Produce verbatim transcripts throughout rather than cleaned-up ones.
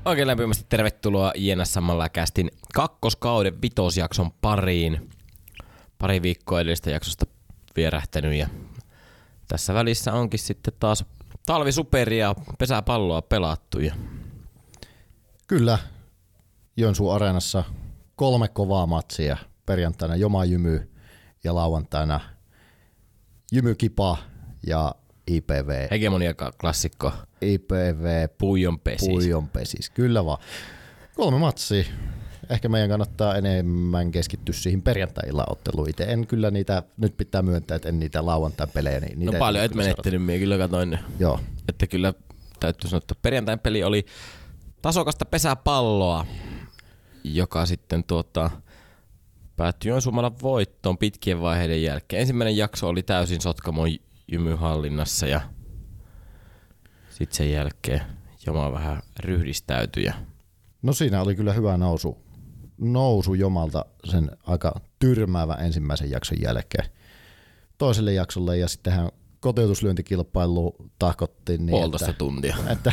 Oikein lämpimästi tervetuloa J N S-kästin kakkoskauden vitosjakson pariin. Pari viikkoa edellisestä jaksosta vierähtänyt ja tässä välissä onkin sitten taas talvisuperia pesäpalloa pelattu. Ja... Kyllä, Joensuun areenassa kolme kovaa matsia. Perjantaina Joma Jymy ja lauantaina Jymy Kipa ja I P V. Hegemonia klassikko. I P V. Puijon pesis. Puijon pesis, kyllä vaan. Kolme matsia. Ehkä meidän kannattaa enemmän keskittyä siihen perjantai-illan-otteluun. Itse en kyllä niitä, nyt pitää myöntää, että en niitä lauantain pelejä. Niin niitä no paljon et menettänyt, minä kyllä katsoin. Joo. Että kyllä täytyy sanoa, että perjantain peli oli tasokasta pesäpalloa, joka sitten tuota, päättyi Joensuumalla voittoon pitkien vaiheiden jälkeen. Ensimmäinen jakso oli täysin Sotkamon Jymyn hallinnassa ja sitten sen jälkeen Joma vähän ryhdistäytyi. Ja... No siinä oli kyllä hyvä nousu, nousu Jomalta sen aika tyrmäävän ensimmäisen jakson jälkeen toiselle jaksolle ja sittenhän kotiutuslyöntikilpailu tahkottiin niin, puolitoista että, tuntia. Että,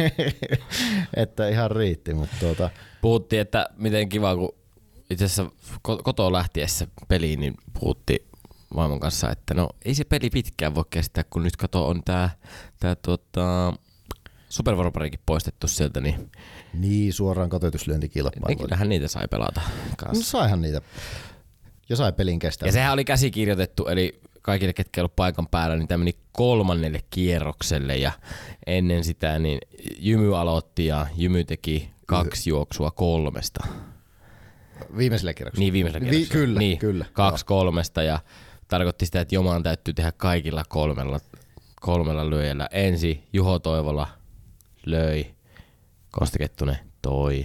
että ihan riitti. Mutta tuota... Puhuttiin, että miten kiva, kun itse asiassa kotoa lähtiessä peliin, niin puhuttiin vaimon kanssa, että no ei se peli pitkään voi kestää, kun nyt kato on tää, tää tuota, supervuoroparikin poistettu sieltä, niin Niin, suoraan kotiutuslyöntikilpailu. Niin kyllähän niitä sai pelata kanssa. No saihan niitä. Ja sai pelin kestää. Ja sehän oli käsikirjoitettu, eli kaikille, ketkä ei ollut paikan päällä, niin tämä meni kolmannelle kierrokselle ja ennen sitä niin Jymy aloitti ja Jymy teki kaksi juoksua kolmesta. Viimeisellä kierroksella. Niin, viimeisellä kierroksella. Vi- kyllä, niin, kyllä. Kaksi joo. kolmesta ja tarkoitti sitä, että Jomaan täytyy tehdä kaikilla kolmella, kolmella lyöjällä. Ensi Juho Toivola löi, Konsta Kettunen toi.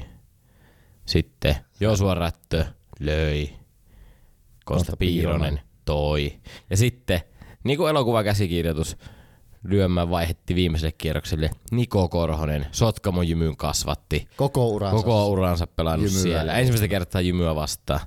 Sitten Joosua Rättö löi, Konsta Piironen toi. Ja sitten, niin kuin elokuvakäsikirjoitus, lyömään vaihetti viimeiselle kierrokselle Niko Korhonen, Sotkamon Jymyn kasvatti. Koko uransa. Koko uransa pelannut Jymyä siellä. Ensimmäistä kertaa Jymyä vastaan.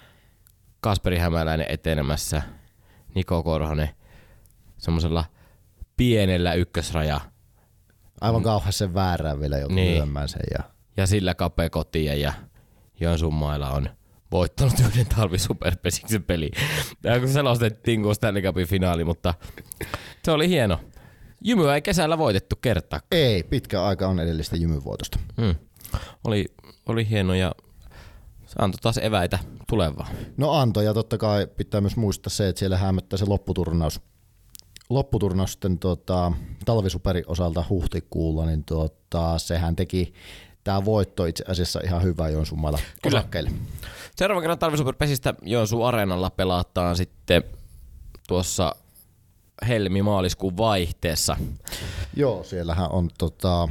Kasperi Hämäläinen etenemässä. Niko Korhonen semmoisella pienellä ykkösraja. Aivan kauhean sen väärään vielä joutui niin. lyömään sen. Ja... ja sillä kapea kotiin ja Joensuun mailla on voittanut yhden talvisuperpesiksen peli. Tämä kun selostettiin kuin Stanley Cupin finaali, mutta se oli hieno. Jymyä ei kesällä voitettu kertaa. Ei, pitkä aika on edellistä Jymyvoitosta. Mm. Oli, oli hieno ja se antoi taas eväitä tulevaan. No antoi ja totta kai pitää myös muistaa se, että siellä hämöttää se lopputurnaus. Lopputurnaus sitten tota, talvisuperin osalta huhtikuulla, niin tota, sehän teki tämä voitto itse asiassa ihan hyvä Joensuun mailla osakkeille. Seuraavan kerran talvisuperpesistä Joensuun areenalla pelataan sitten tuossa helmi-maaliskuun vaihteessa. Joo, siellähän on tota,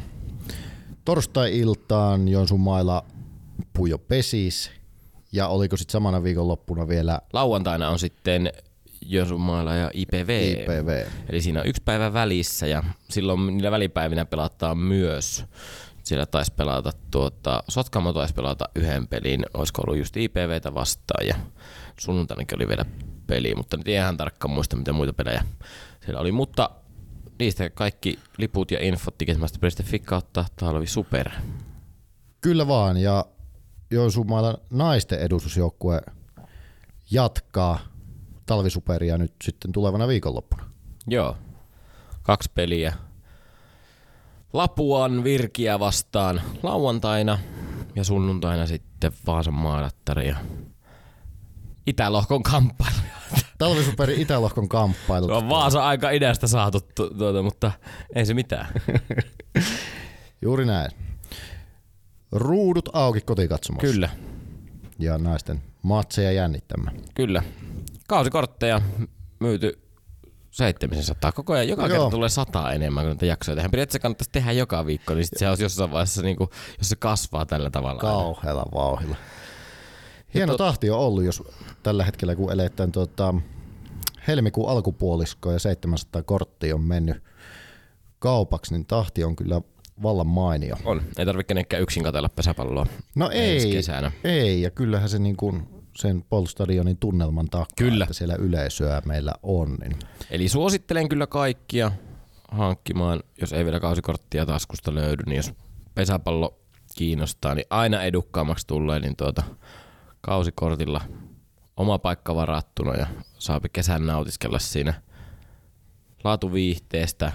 torstai-iltaan Joensuun mailla Puijo Pesis ja oliko sitten samana viikonloppuna vielä lauantaina on sitten Joensuun mailla ja I P V. I P V. Eli siinä on yksi päivä välissä ja silloin niillä välipäivinä pelataan myös. Siellä taisi pelata tuota, Sotkamo taisi pelata yhden pelin, olisiko ollut just I P V:tä vastaan ja sunnuntainakin oli vielä peli, mutta nyt ei ihan tarkkaan muista mitä muita pelejä siellä oli, mutta niistä kaikki liput ja infot ticketmaster piste fi kautta talvi super. Kyllä vaan ja Joensuun mailla naisten edustusjoukkue jatkaa talvisuperia nyt sitten tulevana viikonloppuna. Joo, kaksi peliä. Lapuan Virkiä vastaan lauantaina ja sunnuntaina sitten Vaasan Maalattari ja Itälohkon kamppailu. Talvisuperin Itälohkon kamppailu. Se on Vaasa aika idästä saatu, tuota, mutta ei se mitään. Juuri näin. Ruudut auki kotikatsomossa. Kyllä. Ja naisten matseja jännittämään. Kyllä. Kausikortteja myyty seitsemänsataa. Koko ajan joka kerta tulee sata enemmän kuin näitä jaksoja tehdään. Periaatteessa kannattaisi tehdä joka viikko, niin sit se olisi jossain vaiheessa, niin kuin, jos se kasvaa tällä tavalla. Kauhealla vauhdilla. Hieno to... tahti on ollut, jos tällä hetkellä kun eletään tuota, helmikuun alkupuolisko ja seitsemänsataa korttia on mennyt kaupaksi, niin tahti on kyllä vallan mainio. On. Ei tarvitse kenenkään yksin katsella pesäpalloa. No ei, ei, ja kyllähän se niin kuin sen Polstadionin tunnelman takaa, kyllä. Että siellä yleisöä meillä on. Niin. Eli suosittelen kyllä kaikkia hankkimaan, jos ei vielä kausikorttia taskusta löydy, niin jos pesäpallo kiinnostaa, niin aina edukkaammaksi tulee, niin tuota kausikortilla oma paikka varattuna ja saapi kesän nautiskella siinä laatuviihteestä,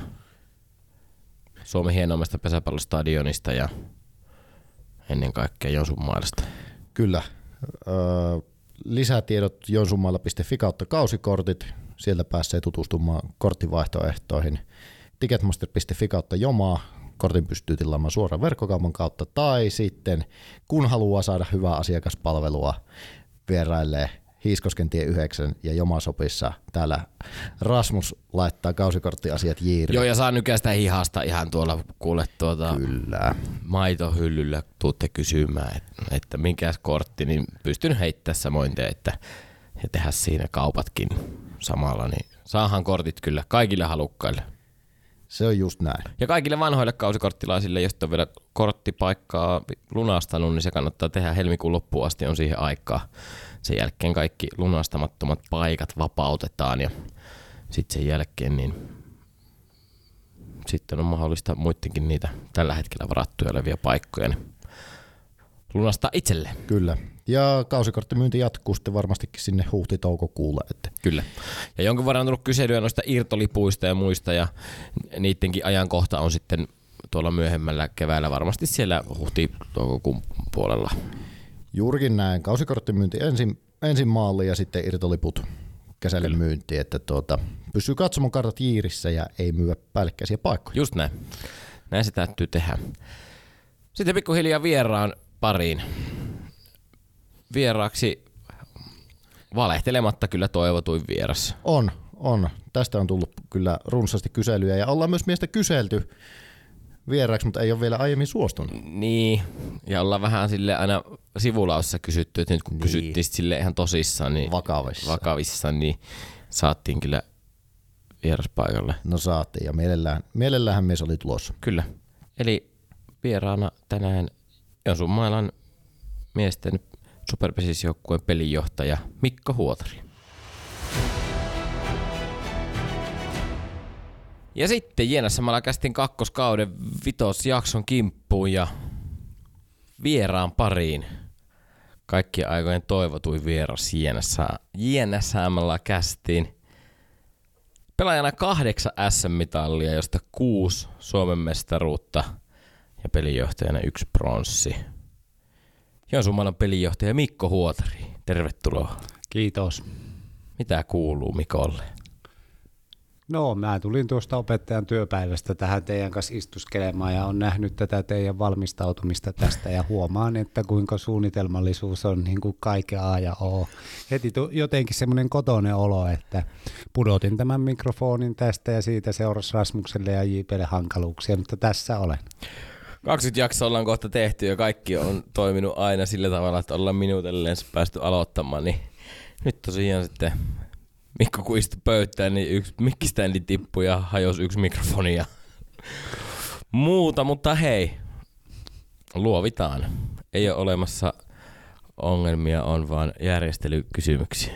Suomen hienoimmasta pesäpallostadionista ja ennen kaikkea Joensuunmailasta. Kyllä. Öö, lisätiedot joensuunmailla piste fi kautta kausikortit. Sieltä pääsee tutustumaan korttivaihtoehtoihin. Ticketmaster piste fi kautta jomaa. Kortin pystyy tilaamaan suoraan verkkokaupan kautta. Tai sitten, kun haluaa saada hyvää asiakaspalvelua, vierailee Hiiskoskentie yhdeksän ja Jomasopissa. Täällä Rasmus laittaa kausikorttiasiat jiiriin. Joo, ja saa nykäistä hihasta ihan tuolla kuule tuota Kyllä. maitohyllyllä tuutte kysymään, että, että minkäs kortti, niin pystyn heittämään samoin te, että ja tehdä siinä kaupatkin samalla, niin saahan kortit kyllä kaikille halukkaille. Se on just näin. Ja kaikille vanhoille kausikorttilaisille, jos on vielä korttipaikkaa lunastanut, niin se kannattaa tehdä helmikuun loppuun asti, on siihen aikaa. Sen jälkeen kaikki lunastamattomat paikat vapautetaan ja sitten sen jälkeen niin sitten on mahdollista muidenkin niitä tällä hetkellä varattuja olevia paikkoja niin lunastaa itselleen. Kyllä. Ja kausikorttimyynti jatkuu sitten varmastikin sinne huhti-toukokuulle. Että. Kyllä. Ja jonkin verran on tullut kyselyä noista irtolipuista ja muista ja niidenkin ajankohta on sitten tuolla myöhemmällä keväällä varmasti siellä huhti-toukokuun puolella. Juurikin näin. Kausikorttimyynti ensin, ensin maaliin ja sitten irtoliput kesälle Kyllä. myynti, että tuota, pysyy katsomokartat jiirissä ja ei myyä päällekkäisiä paikkoja. Just näin. Näin se täytyy tehdä. Sitten pikkuhiljaa vieraan pariin. Vieraaksi valehtelematta kyllä toivotuin vieras. On, on. Tästä on tullut kyllä runsaasti kyselyjä ja ollaan myös miestä kyselty vieraaksi, mutta ei ole vielä aiemmin suostunut. Niin, ja ollaan vähän sille aina sivulaussa kysytty, että nyt kun niin. kysyttiin sille ihan tosissaan, niin vakavissa. vakavissa, niin saattiin kyllä vieraspaikalle. No saatiin, ja mielellään, mielellähän mies oli tulossa. Kyllä. Eli vieraana tänään Joensuunmailan miesten superpesisjoukkueen pelinjohtaja Mikko Huotari. Ja sitten Jienassamalla kästin kakkoskauden vitosjakson kimppuun ja vieraan pariin. Kaikkien aikojen toivotuin vieras Jienassamalla kästiin. Pelaajana kahdeksan äs äm-mitallia, josta kuusi Suomen mestaruutta ja pelinjohtajana yksi pronssi. Joensuunmailan pelinjohtaja Mikko Huotari, tervetuloa. Kiitos. Mitä kuuluu Mikolle? No, mä tulin tuosta opettajan työpäivästä tähän teidän kanssa istuskelemaan ja on nähnyt tätä teidän valmistautumista tästä ja huomaan, että kuinka suunnitelmallisuus on niin kuin kaiken A ja O. Heti jotenkin semmoinen kotoinen olo, että pudotin tämän mikrofonin tästä ja siitä seurasi Rasmukselle ja J P:lle hankaluuksia, mutta tässä olen. kaksikymmentä jaksoa ollaan kohta tehty ja kaikki on toiminut aina sillä tavalla, että ollaan minuutelleen päästy aloittamaan, niin nyt tosiaan sitten Mikko kun istui pöytään, niin yksi mikkiständi tippui ja hajosi yksi mikrofoni ja muuta, mutta hei, luovitaan. Ei ole olemassa ongelmia, on vaan järjestelykysymyksiä.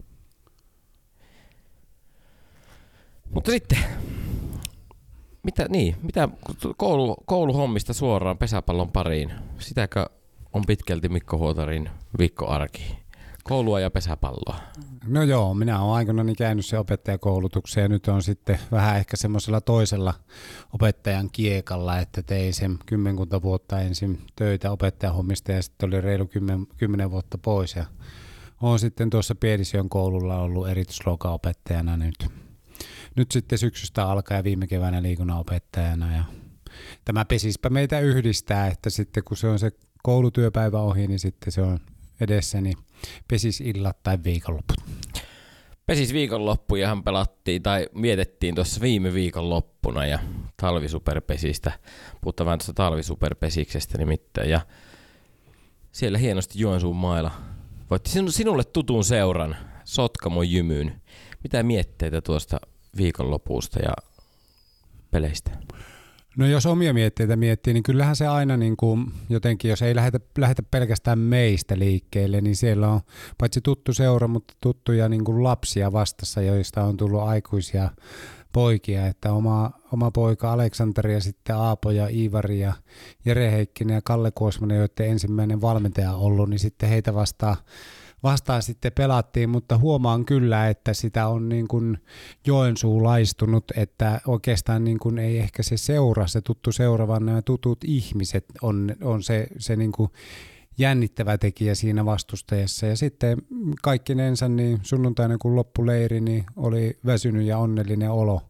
Mutta sitten, mitä, niin, mitä koulu, kouluhommista suoraan pesäpallon pariin? Sitäkö on pitkälti Mikko Huotarin viikkoarki? Koulua ja pesäpalloa. No joo, minä olen aikanaan käynyt se opettajakoulutuksen ja nyt on sitten vähän ehkä semmoisella toisella opettajan kiekalla, että tein sen kymmenkunta vuotta ensin töitä opettajahommista ja sitten oli reilu kymmen, kymmenen vuotta pois ja olen sitten tuossa Pielisjoen koululla ollut erityisluokanopettajana nyt. Nyt sitten syksystä alkaa ja viime keväänä liikunnanopettajana ja tämä pesispä meitä yhdistää, että sitten kun se on se koulutyöpäivä ohi, niin sitten se on edessäni pesisillat tai viikonloput. Pesis viikonloppujahan pelattiin tai vietettiin tuossa viime viikonloppuna ja talvisuperpesistä, puhutaan vähän tuosta talvisuperpesiksestä nimittäin ja siellä hienosti Joensuunmailla voitti sinulle tutun seuran Sotkamon Jymyn. Mitä mietteitä tuosta viikonlopusta ja peleistä? No jos omia mietteitä miettii, niin kyllähän se aina niin kuin jotenkin, jos ei lähdetä, lähdetä pelkästään meistä liikkeelle, niin siellä on paitsi tuttu seura, mutta tuttuja niin kuin lapsia vastassa, joista on tullut aikuisia poikia, että oma, oma poika Aleksanteri ja sitten Aapo ja Iivari ja Jere Heikkinen ja Kalle Kuosmanen, joiden ensimmäinen valmentaja on ollut, niin sitten heitä vastaan Vastaan sitten pelattiin, mutta huomaan kyllä, että sitä on niin kuin Joensuu laistunut, että oikeastaan niin kuin ei ehkä se seura, se tuttu seura, vaan nämä tutut ihmiset on, on se, se niin kuin jännittävä tekijä siinä vastustajassa. Ja sitten kaikkinensa niin sunnuntaina kun loppuleiri, niin oli väsynyt ja onnellinen olo.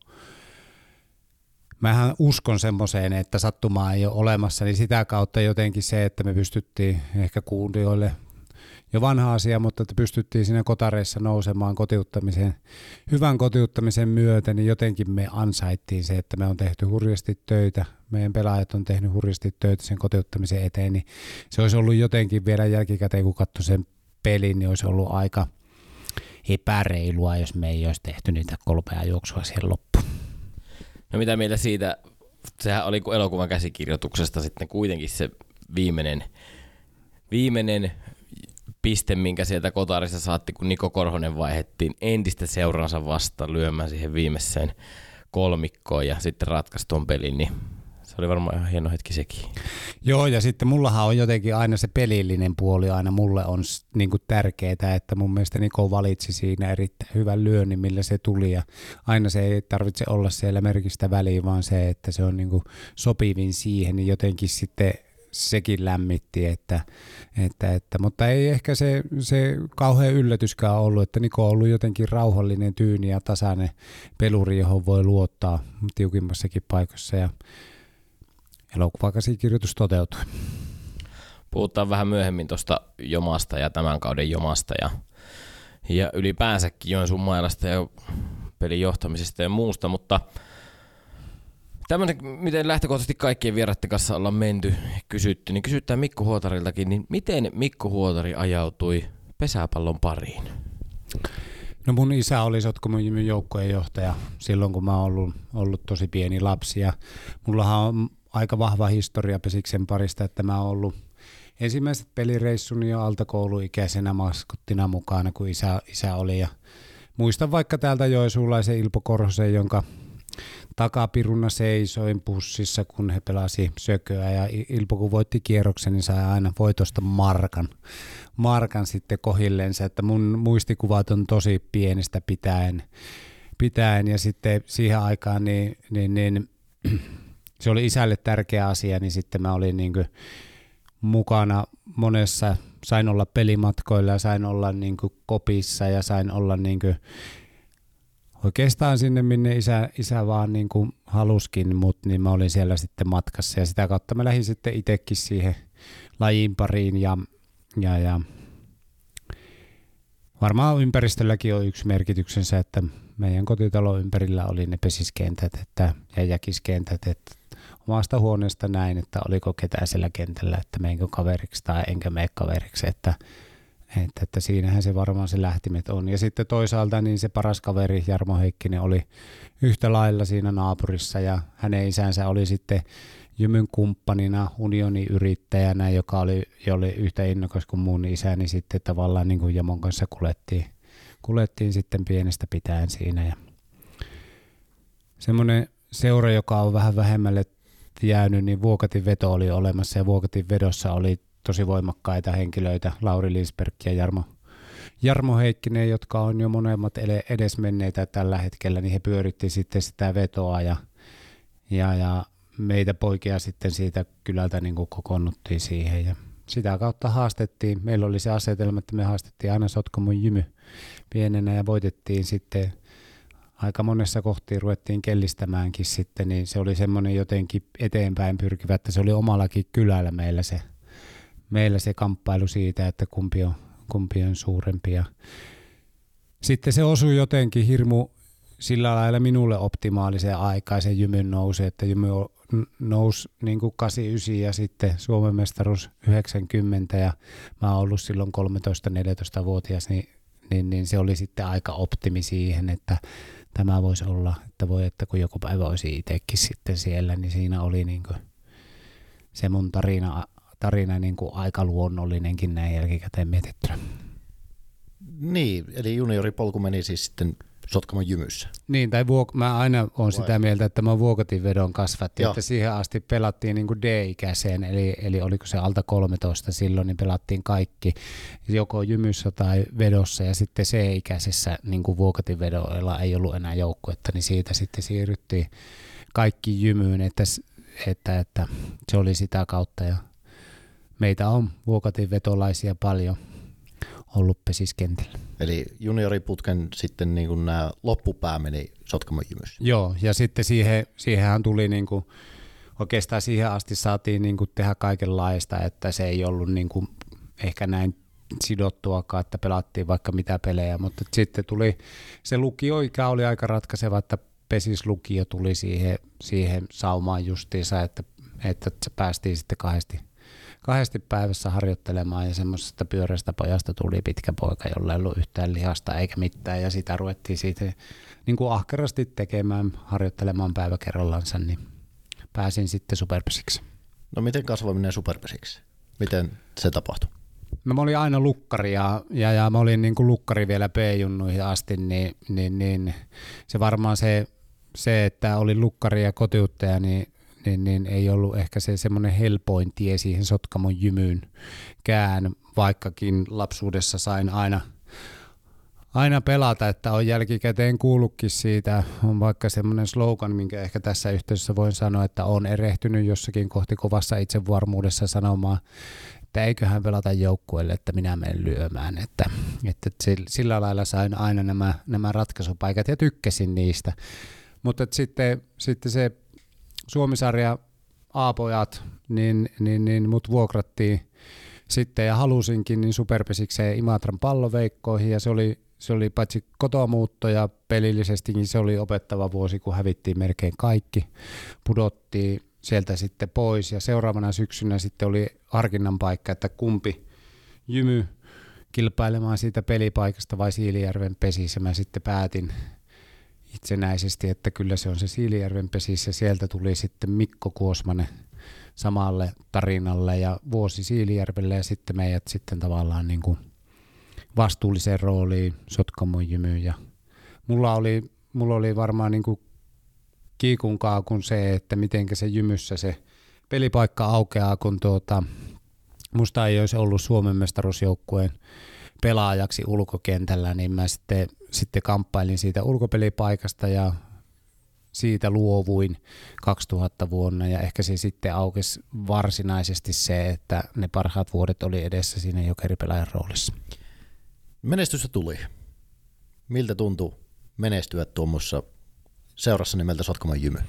Mähän uskon semmoiseen, että sattumaa ei ole olemassa, niin sitä kautta jotenkin se, että me pystyttiin ehkä kuulijoille jo vanha asia, mutta että pystyttiin siinä kotareissa nousemaan kotiuttamisen, hyvän kotiuttamisen myötä, niin jotenkin me ansaittiin se, että me on tehty hurjasti töitä, meidän pelaajat on tehnyt hurjasti töitä sen kotiuttamisen eteen, niin se olisi ollut jotenkin vielä jälkikäteen, kun katsoi sen pelin, niin olisi ollut aika epäreilua, jos me ei olisi tehty niitä kolmea juoksua siihen loppuun. No mitä mieltä siitä, sehän oli kuin elokuvan käsikirjoituksesta sitten kuitenkin se viimeinen, viimeinen piste, minkä sieltä kotarista saatti, kun Niko Korhonen vaihdettiin entistä seuransa vastaan lyömään siihen viimeiseen kolmikkoon ja sitten ratkaisi tuon pelin, niin se oli varmaan ihan hieno hetki sekin. Joo, ja sitten mullahan on jotenkin aina se pelillinen puoli aina mulle on niin kuin tärkeää, että mun mielestä Niko valitsi siinä erittäin hyvän lyönnin, millä se tuli, ja aina se ei tarvitse olla siellä merkistä väliin, vaan se, että se on niin kuin sopivin siihen, niin jotenkin sitten sekin lämmitti, että, että, että, mutta ei ehkä se, se kauhean yllätyskään ollut, että Niko on ollut jotenkin rauhallinen, tyyni ja tasainen peluri, johon voi luottaa tiukimmassakin paikassa, ja elokuvakäsikirjoitus toteutui. Puhutaan vähän myöhemmin tuosta jomasta ja tämän kauden jomasta ja, ja ylipäänsäkin Joensuun mailasta ja pelin johtamisesta ja muusta, mutta tämmöinen, miten lähtökohtaisesti kaikkien vieraiden kanssa ollaan menty kysytty, niin kysytään Mikko Huotariltakin, niin miten Mikko Huotari ajautui pesäpallon pariin? No mun isä oli Sotkamon Jymyn joukkojen johtaja silloin, kun mä oon ollut, ollut tosi pieni lapsi, ja mullahan on aika vahva historia Pesiksen parista, että mä oon ollut ensimmäiset pelireissuni jo altakouluikäisenä maskottina mukana, kun isä, isä oli, ja muistan vaikka täältä joensuulaisen Ilpo Korhosen, jonka takapiruna seisoin bussissa, kun he pelasi sököä, ja Ilpo kun voitti kierroksen, niin sai aina voitosta markan, markan sitten kohilleensa, että mun muistikuvat on tosi pienestä pitäen, pitäen ja sitten siihen aikaan niin, niin, niin se oli isälle tärkeä asia, niin sitten mä olin niin kuin mukana monessa, sain olla pelimatkoilla ja sain olla niin kuin kopissa ja sain olla niin kuin oikeastaan sinne, minne isä, isä vaan niin kuin haluskin, mutta niin mä olin siellä sitten matkassa, ja sitä kautta mä lähdin sitten itsekin siihen lajin pariin, ja, ja, ja varmaan ympäristölläkin on yksi merkityksensä, että meidän kotitalon ympärillä oli ne pesiskentät että, ja jäkiskentät, että omasta huoneesta näin, että oliko ketään siellä kentällä, että meinkö kaveriksi tai enkä mene kaveriksi, että Että, että siinähän se varmaan se lähtimet on. Ja sitten toisaalta niin se paras kaveri Jarmo Heikkinen oli yhtä lailla siinä naapurissa, ja hänen isänsä oli sitten Jymyn kumppanina, unioniyrittäjänä, joka oli, oli yhtä innokas kuin mun isä, niin sitten tavallaan niin kuin Jamon kanssa kulettiin, kulettiin sitten pienestä pitäen siinä. Ja semmoinen seura, joka on vähän vähemmälle jäänyt, niin Vuokatin veto oli olemassa, ja Vuokatin vedossa oli tosi voimakkaita henkilöitä, Lauri Linsberg ja Jarmo, Jarmo Heikkinen, jotka on jo monemmat edesmenneitä tällä hetkellä, niin he pyöritti sitten sitä vetoa, ja, ja, ja meitä poikia sitten siitä kylältä niin kuin kokoonnuttiin siihen, ja sitä kautta haastettiin. Meillä oli se asetelma, että me haastettiin aina Sotkamon Jymy pienenä, ja voitettiin sitten aika monessa kohtiin, ruvettiin kellistämäänkin sitten, niin se oli semmoinen jotenkin eteenpäin pyrkivä, että se oli omallakin kylällä meillä se Meillä se kamppailu siitä, että kumpi on, kumpi on suurempi. Ja sitten se osui jotenkin hirmu sillä lailla minulle optimaaliseen aikaan se Jymyn nousi, että Jymy nousi niin kuin kahdeksankymmentäyhdeksän ja sitten Suomen mestaruus yhdeksänkymmentä, ja mä oon ollut silloin kolmetoista-neljätoista-vuotias, niin, niin, niin se oli sitten aika optimi siihen, että tämä voisi olla, että voi, että kun joku päivä olisi itsekin sitten siellä, niin siinä oli niin kuin se mun tarina tarina niin kuin aika luonnollinenkin näin jälkikäteen mietittynä. Niin, eli junioripolku meni siis sitten Sotkamon jymyssä. Niin, tai vuok- mä aina olen sitä mieltä, että mä vuokatin vedon kasvatti, Joo. että siihen asti pelattiin niin kuin D-ikäiseen, eli, eli oliko se alta kolmetoista silloin, niin pelattiin kaikki joko jymyssä tai vedossa, ja sitten C-ikäisessä niin kuin vuokatin vedoilla ei ollut enää joukkuetta, niin siitä sitten siirryttiin kaikki jymyyn, että, että, että se oli sitä kautta, ja meitä on vuokatin vetolaisia paljon ollut pesiskentillä. Eli junioriputken sitten niin kuin nämä loppupää meni Sotkamon jymyssä. Joo, ja sitten siihen, siihenhän tuli niin kuin, oikeastaan siihen asti saatiin niin kuin tehdä kaikenlaista, että se ei ollut niin kuin ehkä näin sidottuakaan, että pelattiin vaikka mitä pelejä, mutta sitten tuli se lukio, ikä oli aika ratkaiseva, että pesislukio tuli siihen, siihen saumaan justiinsa, että, että päästiin sitten kahdesti kahdesti päivässä harjoittelemaan ja semmoisesta pyöreästä pojasta tuli pitkä poika, jolla ei ollut yhtään lihasta eikä mitään ja sitä ruvettiin siitä niin kuin ahkerasti tekemään, harjoittelemaan päivä kerrallansa, niin pääsin sitten superpesiksi. No miten kasvaminen superpesiksi? Miten se tapahtui? No mä olin aina lukkari ja, ja, ja mä olin niin kuin lukkari vielä P-junnuihin asti, niin, niin, niin se varmaan se, se, että olin lukkari ja kotiuttaja, niin Niin, niin ei ollut ehkä se semmoinen helpoin tie siihen Sotkamon jymyynkään, vaikkakin lapsuudessa sain aina, aina pelata, että on jälkikäteen kuullutkin siitä. On vaikka semmoinen slogan, minkä ehkä tässä yhteydessä voin sanoa, että on erehtynyt jossakin kohti kovassa itsevarmuudessa sanomaan, että eiköhän pelata joukkueelle, että minä menen lyömään. Että, että sillä lailla sain aina nämä, nämä ratkaisupaikat ja tykkäsin niistä. Mutta sitten, sitten se Suomisarja A-pojat, niin, niin, niin mut vuokrattiin sitten ja halusinkin niin superpesikseen Imatran palloveikkoihin ja se oli, se oli paitsi kotomuutto ja pelillisestikin se oli opettava vuosi, kun hävittiin melkein kaikki, pudottiin sieltä sitten pois ja seuraavana syksynä sitten oli harkinnan paikka, että kumpi jymy kilpailemaan siitä pelipaikasta vai Siilijärven pesissä. Mä sitten päätin itsenäisesti, että kyllä se on se Siilijärven pesissä. Sieltä tuli sitten Mikko Kuosmanen samalle tarinalle ja vuosi Siilijärvelle ja sitten meidät sitten tavallaan niin kuin vastuulliseen rooliin Sotkamon jymyyn. Ja mulla oli, mulla oli varmaan niin kuin kiikun kaakun se, että mitenkä se jymyssä se pelipaikka aukeaa, kun tuota, musta ei olisi ollut Suomen mestaruusjoukkueen pelaajaksi ulkokentällä, niin mä sitten, sitten kamppailin siitä ulkopelipaikasta ja siitä luovuin kaksituhatta vuonna ja ehkä se sitten aukesi varsinaisesti se, että ne parhaat vuodet oli edessä siinä jokeripelaajan roolissa. Menestystä tuli. Miltä tuntui menestyä tuommoissa seurassa nimeltä Sotkamon jymy?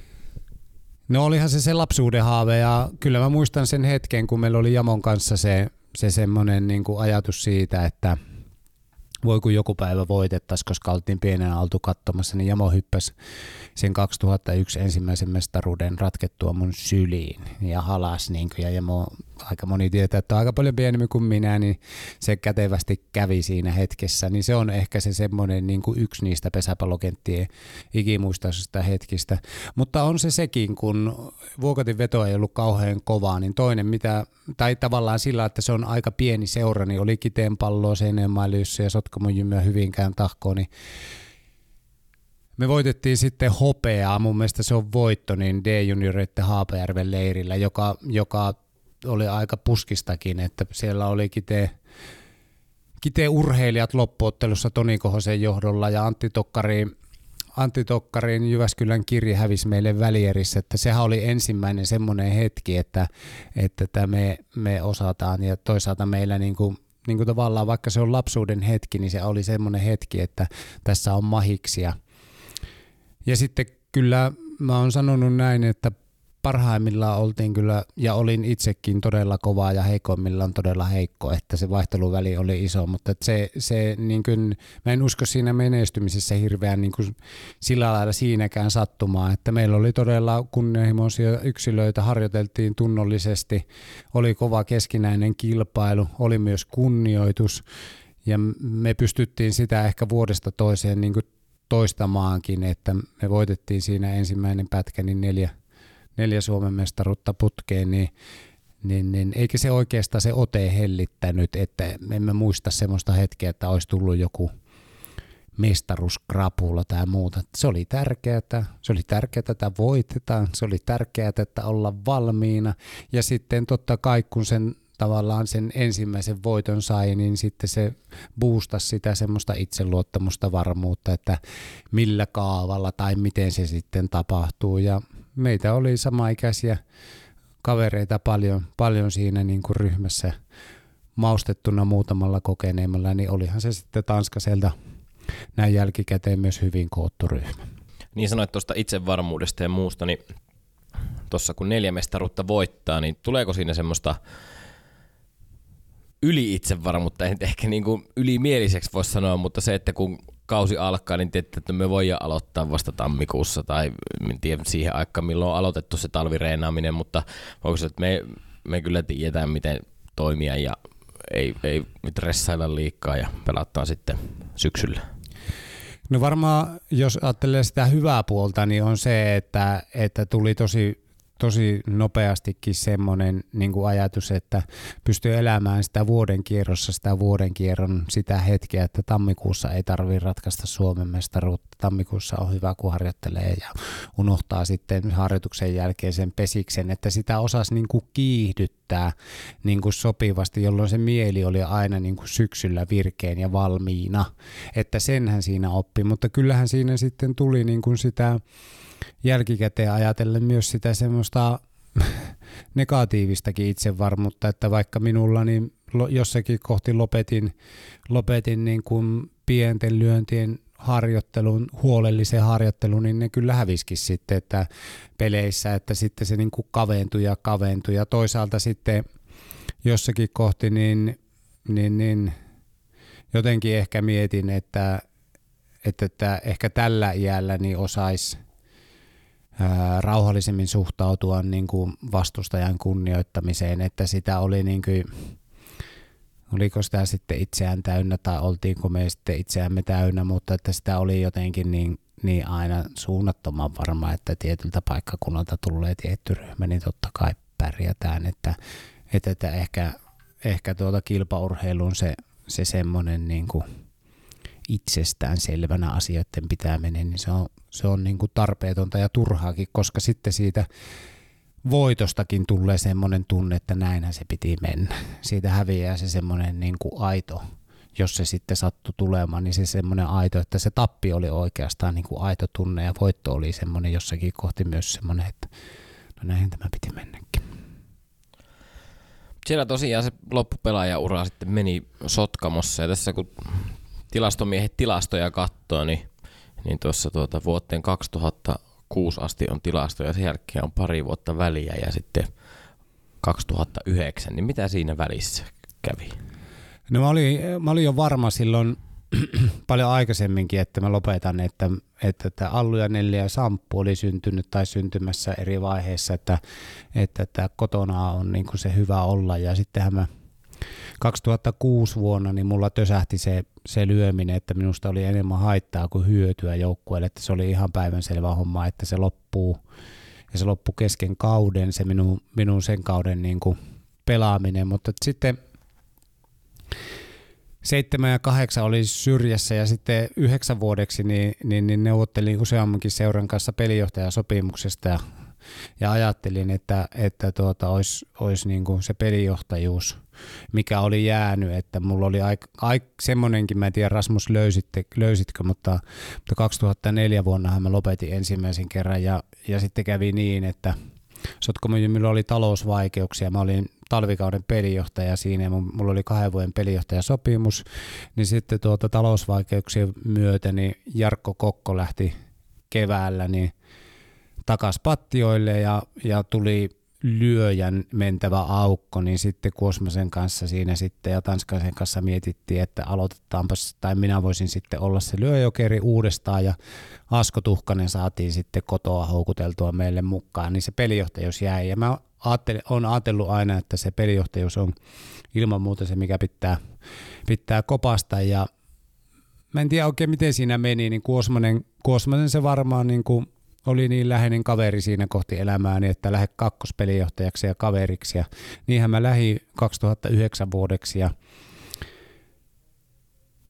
No olihan se se lapsuuden haave ja kyllä mä muistan sen hetken, kun meillä oli Jamon kanssa se, se semmoinen niin kuin ajatus siitä, että voi kun joku päivä voitettaisiin, koska oltiin pienenä oltu katsomassa, niin Jamo hyppäsi sen kaksituhattayksi ensimmäisen mestaruuden ratkettua mun syliin ja halas. Niin kuin, ja Jamo, aika moni tietää, että on aika paljon pienempi kuin minä, niin se kätevästi kävi siinä hetkessä. Niin se on ehkä se semmoinen niin kuin yksi niistä pesäpallokenttien ikimuistaisista hetkistä. Mutta on se sekin, kun Vuokatin veto ei ollut kauhean kovaa, niin toinen mitä, tai tavallaan sillä, että se on aika pieni seura, niin oli Kiteenpalloa, Seinäjoenmaaliussa ja Sotkamon jymyä Hyvinkään tahkoon, niin me voitettiin sitten hopeaa, mun mielestä se on voitto, niin D-junioreiden Haapajärven leirillä, joka, joka oli aika puskistakin, että siellä oli Kiteen, Kiteen urheilijat loppuottelussa Toni Kohosen johdolla ja Antti Tokkari, Antti Tokkarin Jyväskylän Kirja hävisi meille välierissä, että sehän oli ensimmäinen semmoinen hetki, että, että me, me osataan ja toisaalta meillä niin kuin niin kuin tavallaan vaikka se on lapsuuden hetki, niin se oli semmoinen hetki, että tässä on mahiksia. Ja sitten kyllä mä oon sanonut näin, että parhaimmillaan oltiin kyllä, ja olin itsekin todella kovaa ja heikoimmillaan todella heikko, että se vaihteluväli oli iso, mutta se, se niin kuin, mä en usko siinä menestymisessä hirveän niin kuin sillä lailla siinäkään sattumaa, että meillä oli todella kunnianhimoisia yksilöitä, harjoiteltiin tunnollisesti, oli kova keskinäinen kilpailu, oli myös kunnioitus, ja me pystyttiin sitä ehkä vuodesta toiseen niin kuin toistamaankin, että me voitettiin siinä ensimmäinen pätkä, niin neljä neljä Suomen mestaruutta putkeen, niin, niin, niin eikä se oikeastaan se ote hellittänyt, että emme muista semmoista hetkeä, että olisi tullut joku mestaruuskrapula tai muuta. Se oli tärkeää, se oli tärkeää, että voitetaan, se oli tärkeää, että olla valmiina ja sitten totta kai kun sen tavallaan sen ensimmäisen voiton sai, niin sitten se boostasi sitä semmoista itseluottamusta, varmuutta, että millä kaavalla tai miten se sitten tapahtuu ja meitä oli samaikäisiä kavereita paljon, paljon siinä niin kuin ryhmässä maustettuna muutamalla kokeneemmalla, niin olihan se sitten Tanskaselta näin jälkikäteen myös hyvin koottu ryhmä. Niin sanoit tuosta itsevarmuudesta ja muusta, niin tuossa kun neljä mestaruutta voittaa, niin tuleeko siinä semmoista yli-itsevarmuutta, ei ehkä niin kuin ylimieliseksi voi sanoa, mutta se, että kun kausi alkaa, niin tiedätte, että me voidaan aloittaa vasta tammikuussa tai en tiedä siihen aikaan, milloin on aloitettu se talvireenaaminen, mutta onko se, että me, me kyllä tiedetään, miten toimia ja ei, ei stressailla liikaa ja pelataan sitten syksyllä. No varmaan, jos ajattelee sitä hyvää puolta, niin on se, että, että tuli tosi tosi nopeastikin semmoinen niin kuin ajatus, että pystyy elämään sitä vuoden kierrossa, sitä vuoden kierron sitä hetkeä, että tammikuussa ei tarvitse ratkaista Suomen mestaruutta. Tammikuussa on hyvä, kun harjoittelee ja unohtaa sitten harjoituksen jälkeen sen pesiksen, että sitä osasi niin kuin kiihdyttää niin kuin sopivasti, jolloin se mieli oli aina niin kuin syksyllä virkeän ja valmiina, että senhän siinä oppi, mutta kyllähän siinä sitten tuli niin kuin sitä jälkikäteen ajatellen myös sitä semmoista negatiivistakin itsevarmuutta, että vaikka minulla niin jossakin kohti lopetin, lopetin niin kuin pienten lyöntien harjoittelun, huolellisen harjoittelun, niin ne kyllä häviskin sitten että peleissä, että sitten se niin kuin kaventui ja kaventui ja toisaalta sitten jossakin kohti niin, niin, niin jotenkin ehkä mietin, että, että, että ehkä tällä iällä niin osaisi rauhallisemmin suhtautua niin kuin vastustajan kunnioittamiseen, että sitä oli niin kuin, oliko sitä sitten itseään täynnä tai oltiinko me sitten itseämme täynnä, mutta että sitä oli jotenkin niin, niin aina suunnattoman varma, että tietyltä paikkakunnalta tulee tietty ryhmä, niin totta kai pärjätään, että, että, että ehkä, ehkä tuota kilpaurheilun se, se semmoinen niin kuin itsestään selvänä asioiden pitäminen, niin se on, se on niin kuin tarpeetonta ja turhaakin, koska sitten siitä voitostakin tulee semmoinen tunne, että näinhän se piti mennä. Siitä häviää se semmoinen niin kuin aito, jos se sitten sattui tulemaan, niin se semmoinen aito, että se tappi oli oikeastaan niin kuin aito tunne ja voitto oli semmoinen jossakin kohti myös semmoinen, että no näinhän tämä piti mennäkin. Siellä tosiaan se loppupelaajaura sitten meni Sotkamossa ja tässä kun tilastomiehet tilastoja katsoo, niin, niin tuossa tuota vuoteen kaksituhattakuusi asti on tilastoja ja sen jälkeen on pari vuotta väliä ja sitten kaksituhattayhdeksän, niin mitä siinä välissä kävi? No mä olin, mä olin jo varma silloin paljon aikaisemminkin, että mä lopetan, että, että, että Allu ja Nelli ja Samppu oli syntynyt tai syntymässä eri vaiheissa, että, että, että kotona on niin kuin se hyvä olla ja sittenhän mä kaksituhattakuusi vuonna niin mulla tösähti se, se lyöminen, että minusta oli enemmän haittaa kuin hyötyä joukkueelle, että se oli ihan päivänselvä homma, että se loppuu ja se loppui kesken kauden, se minun, minun sen kauden niin kuin pelaaminen, mutta sitten seitsemän ja kahdeksan oli syrjässä ja sitten yhdeksän vuodeksi niin, niin, niin neuvottelin useammankin seuran kanssa pelijohtajasopimuksesta ja, ja ajattelin, että, että tuota, olisi, olisi niin kuin se pelijohtajuus, mikä oli jäänyt, että mulla oli aika, aika semmoinenkin, mä en tiedä Rasmus löysitte, löysitkö, mutta, mutta kaksituhattaneljä vuonnahan mä lopetin ensimmäisen kerran ja, ja sitten kävi niin, että Sotkamojymyllä oli talousvaikeuksia, mä olin talvikauden pelijohtaja siinä ja mulla oli kahden vuoden pelijohtajasopimus, niin sitten tuota talousvaikeuksien myötä niin Jarkko Kokko lähti keväällä niin takas pattioille ja, ja tuli lyöjän mentävä aukko, niin sitten Kuosmasen kanssa siinä sitten ja Tanskaisen kanssa mietittiin, että aloitetaanpas, tai minä voisin sitten olla se lyöjokeri uudestaan ja Asko Tuhkanen saatiin sitten kotoa houkuteltua meille mukaan, niin se pelijohtajuus jäi ja mä olen ajatellut aina, että se pelijohtajuus on ilman muuta se, mikä pitää, pitää kopasta ja mä en tiedä oikein miten siinä meni, niin Kuosmanen, Kuosmanen se varmaan niin kuin oli niin läheinen kaveri siinä kohti elämääni, että lähde kakkospelijohtajaksi ja kaveriksi. Ja niinhän mä lähdin kaksituhattayhdeksän vuodeksi. Ja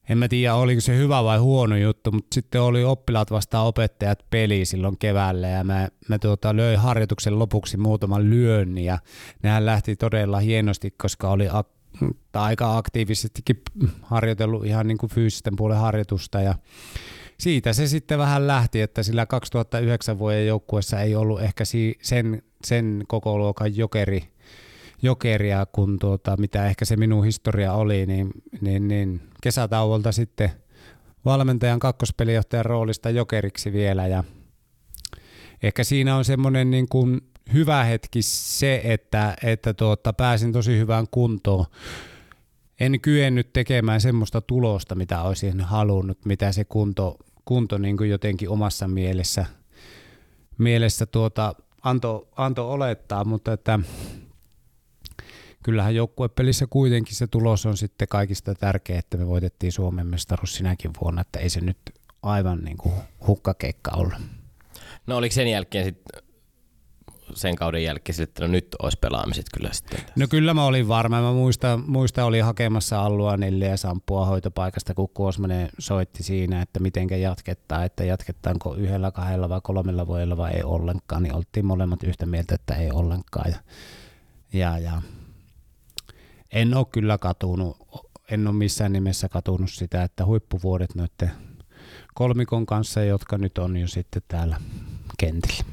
en mä tiedä oliko se hyvä vai huono juttu, mutta sitten oli oppilaat vastaan opettajat peli silloin keväällä ja mä, mä tuota, löin harjoituksen lopuksi muutaman lyönnin ja nehän lähti todella hienosti, koska oli ak- aika aktiivisestikin harjoitellut ihan niin kuin fyysisten puolen harjoitusta ja siitä se sitten vähän lähti, että sillä kaksituhattayhdeksän vuoden joukkueessa ei ollut ehkä sen, sen koko luokan jokeri, jokeria, kun tuota, mitä ehkä se minun historia oli, niin, niin, niin kesätauolta sitten valmentajan kakkospelijohtajan roolista jokeriksi vielä ja ehkä siinä on semmoinen niin kuin hyvä hetki se, että, että tuota, pääsin tosi hyvään kuntoon. En kyennyt tekemään semmoista tulosta, mitä olisin halunnut, mitä se kunto, kunto niin kuin jotenkin omassa mielessä, mielessä tuota, antoi anto olettaa, mutta että kyllähän joukkuepelissä kuitenkin se tulos on sitten kaikista tärkeä, että me voitettiin Suomen mestaruus sinäkin vuonna, että ei se nyt aivan niin kuin hukkakeikka ollut. No oliko sen jälkeen sitten, sen kauden jälkeen, että no nyt olisi pelaamiset kyllä sitten? No kyllä mä olin varma. Mä muistan, muista olin hakemassa Allua Nille ja Samppua hoitopaikasta, kun Kuosmanen soitti siinä, että mitenkä jatketaan, että jatketaanko yhdellä, kahdella vai kolmella vuodella vai ei ollenkaan, niin oltiin molemmat yhtä mieltä, että ei ollenkaan. Ja, ja, ja. En ole kyllä katunut, en ole missään nimessä katunut sitä, että huippuvuodet noiden kolmikon kanssa, jotka nyt on jo sitten täällä kentillä.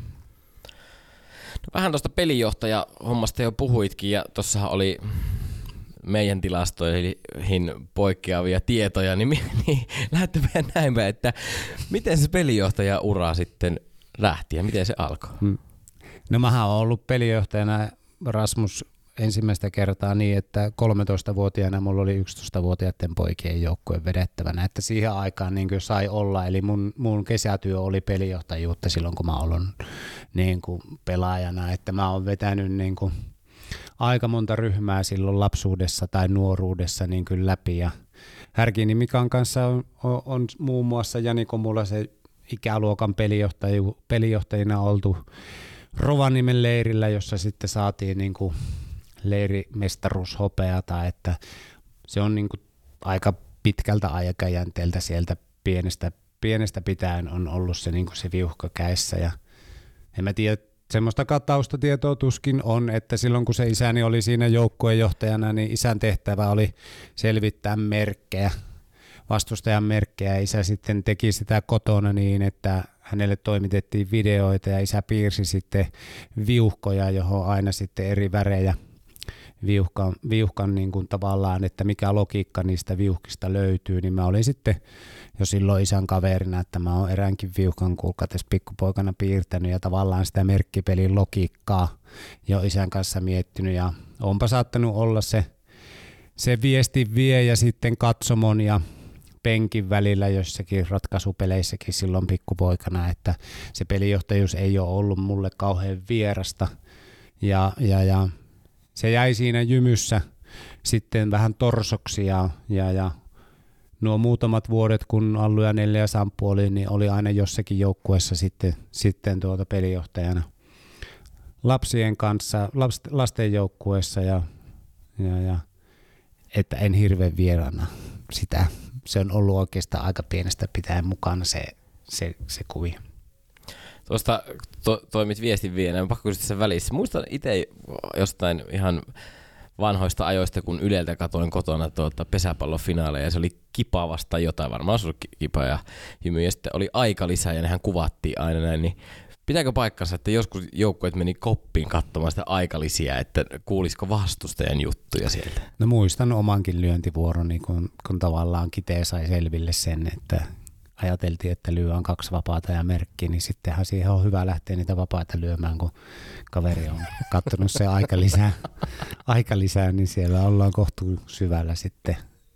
No vähän tuosta pelijohtaja-hommasta jo puhuitkin, ja tuossahan oli meidän tilastoihin poikkeavia tietoja, niin, niin lähdetään näin, että miten se pelijohtaja-ura sitten lähti ja miten se alkoi? No mähän olen ollut pelijohtajana, Rasmus, ensimmäistä kertaa niin, että kolmetoistavuotiaana mulla oli yksitoistavuotiaiden poikien joukkueen vedettävänä, että siihen aikaan niin kuin sai olla, eli mun, mun kesätyö oli pelijohtajuutta silloin, kun mä olen niin kuin pelaajana, että mä oon vetänyt niin kuin aika monta ryhmää silloin lapsuudessa tai nuoruudessa niin kuin läpi, ja Härkini Mikan kanssa on, on, on muun muassa Jani Komulla se ikäluokan pelijohtajina oltu Rovaniemen leirillä, jossa sitten saatiin niin kuin leirimestaruushopeata, että se on niin kuin aika pitkältä aikajänteeltä sieltä pienestä, pienestä pitäen on ollut se, niin kuin se viuhka kädessä, ja en mä tiedä, semmoista taustatietoa tuskin on, että silloin kun se isäni oli siinä joukkuejohtajana, niin isän tehtävä oli selvittää merkkejä, vastustajan merkkejä, ja isä sitten teki sitä kotona niin, että hänelle toimitettiin videoita ja isä piirsi sitten viuhkoja, johon aina sitten eri värejä viuhkan, viuhkan niin kuin tavallaan, että mikä logiikka niistä viuhkista löytyy, niin mä olin sitten jo silloin isän kaverina, että mä oon eräänkin viuhkan kuulkaa tässä pikkupoikana piirtänyt ja tavallaan sitä merkkipelin logiikkaa jo isän kanssa miettinyt, ja onpa saattanut olla se, se viesti vie ja sitten katsomon ja penkin välillä jossakin ratkaisupeleissäkin silloin pikkupoikana, että se pelijohtajuus ei ole ollut mulle kauhean vierasta, ja, ja, ja se jäi siinä jymyssä sitten vähän torsoksi, ja, ja, ja nuo muutamat vuodet, kun Allu ja Nelle ja Samppu oli, niin oli aina jossakin joukkueessa sitten, sitten tuota pelijohtajana lapsien kanssa, lasten joukkueessa, ja, ja, ja että en hirveän vierana sitä. Se on ollut oikeastaan aika pienestä pitäen mukana se, se, se kuvio. Tuosta to, toimit viestin vienä, pakko kysyä sen välissä. Muistan itse jostain ihan vanhoista ajoista, kun Yleltä katoin kotona tuota pesäpallofinaaleja, ja se oli Kipa vastaan jotain, varmaan se oli Kipa ja Hymy, ja sitten oli aika lisää, ja nehän kuvattiin aina näin, niin pitääkö paikkansa, että joskus joukkueet meni koppiin katsomaan sitä aikalisiä, että kuulisiko vastustajan juttuja sieltä? No muistan omankin lyöntivuoroni, kun, kun tavallaan Kitee sai selville sen, että ajateltiin, että lyödään kaksi vapaata ja merkki, niin sittenhän siihen on hyvä lähteä niitä vapaita lyömään, kun kaveri on katsonut se aika lisää, aika lisää, niin siellä ollaan kohtuu syvällä sitten.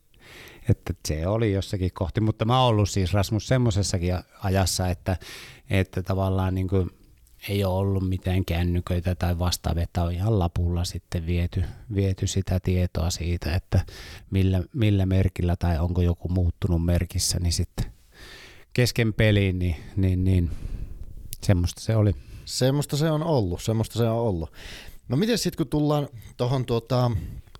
Että se oli jossakin kohti, mutta mä oon ollut siis Rasmus semmoisessakin ajassa, että, että tavallaan niin kuin ei ole ollut mitään kännyköitä tai vastaavia, että on ihan lapulla sitten viety, viety sitä tietoa siitä, että millä, millä merkillä tai onko joku muuttunut merkissä, niin sitten kesken peliin, niin, niin, niin semmoista se oli. Semmoista se on ollut, semmoista se on ollut. No miten sitten kun tullaan tuohon tuota,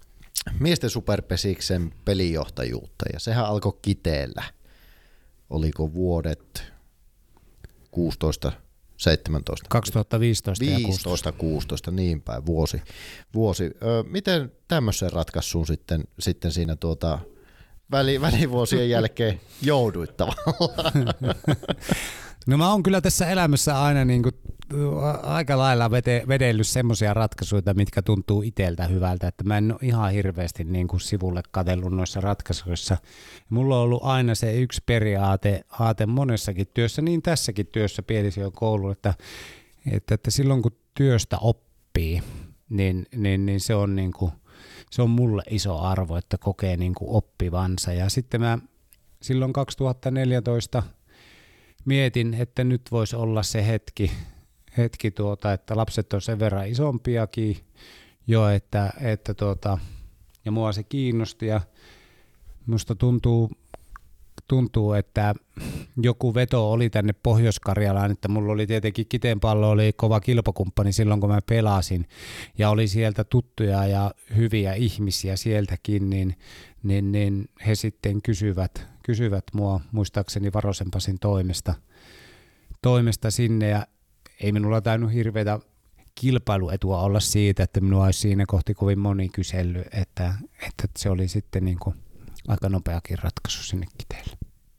miesten superpesiksen pelijohtajuutta ja sehän alkoi Kiteellä. Oliko vuodet kuusitoista seitsemäntoista? kaksituhattaviisitoista ja viisitoista kuusitoista, niin päin, vuosi. vuosi. Ö, miten tämmöiseen ratkaisuun sitten, sitten siinä tuota, väli, välivuosien jälkeen jouduit tavallaan? No mä oon kyllä tässä elämässä aina niinku aika lailla vede, vedellyt semmoisia ratkaisuja, mitkä tuntuu itseltä hyvältä, että mä en ole ihan hirveästi niinku sivulle katsellut noissa ratkaisuissa. Mulla on ollut aina se yksi periaate aate monessakin työssä, niin tässäkin työssä Pielision koulu, että, että, että silloin kun työstä oppii, niin, niin, niin se on niinku, se on mulle iso arvo, että kokee niinku oppivansa. Ja sitten mä silloin kaksituhattaneljätoista mietin, että nyt voisi olla se hetki, hetki tuota, että lapset on sen verran isompiakin jo, että, että tuota, ja mua se kiinnosti ja musta tuntuu, tuntuu, että joku veto oli tänne Pohjois-Karjalaan, että mulla oli tietenkin Kiteen Pallo oli kova kilpakumppani silloin, kun mä pelasin ja oli sieltä tuttuja ja hyviä ihmisiä sieltäkin, niin, niin, niin he sitten kysyvät, kysyvät mua muistaakseni Varosen Pasin toimesta, toimesta sinne ja ei minulla tainnut hirveätä kilpailuetua olla siitä, että minua olisi siinä kohti kovin moni kysellyt, että, että se oli sitten niin kuin aika nopeakin ratkaisu sinne Kiteelle.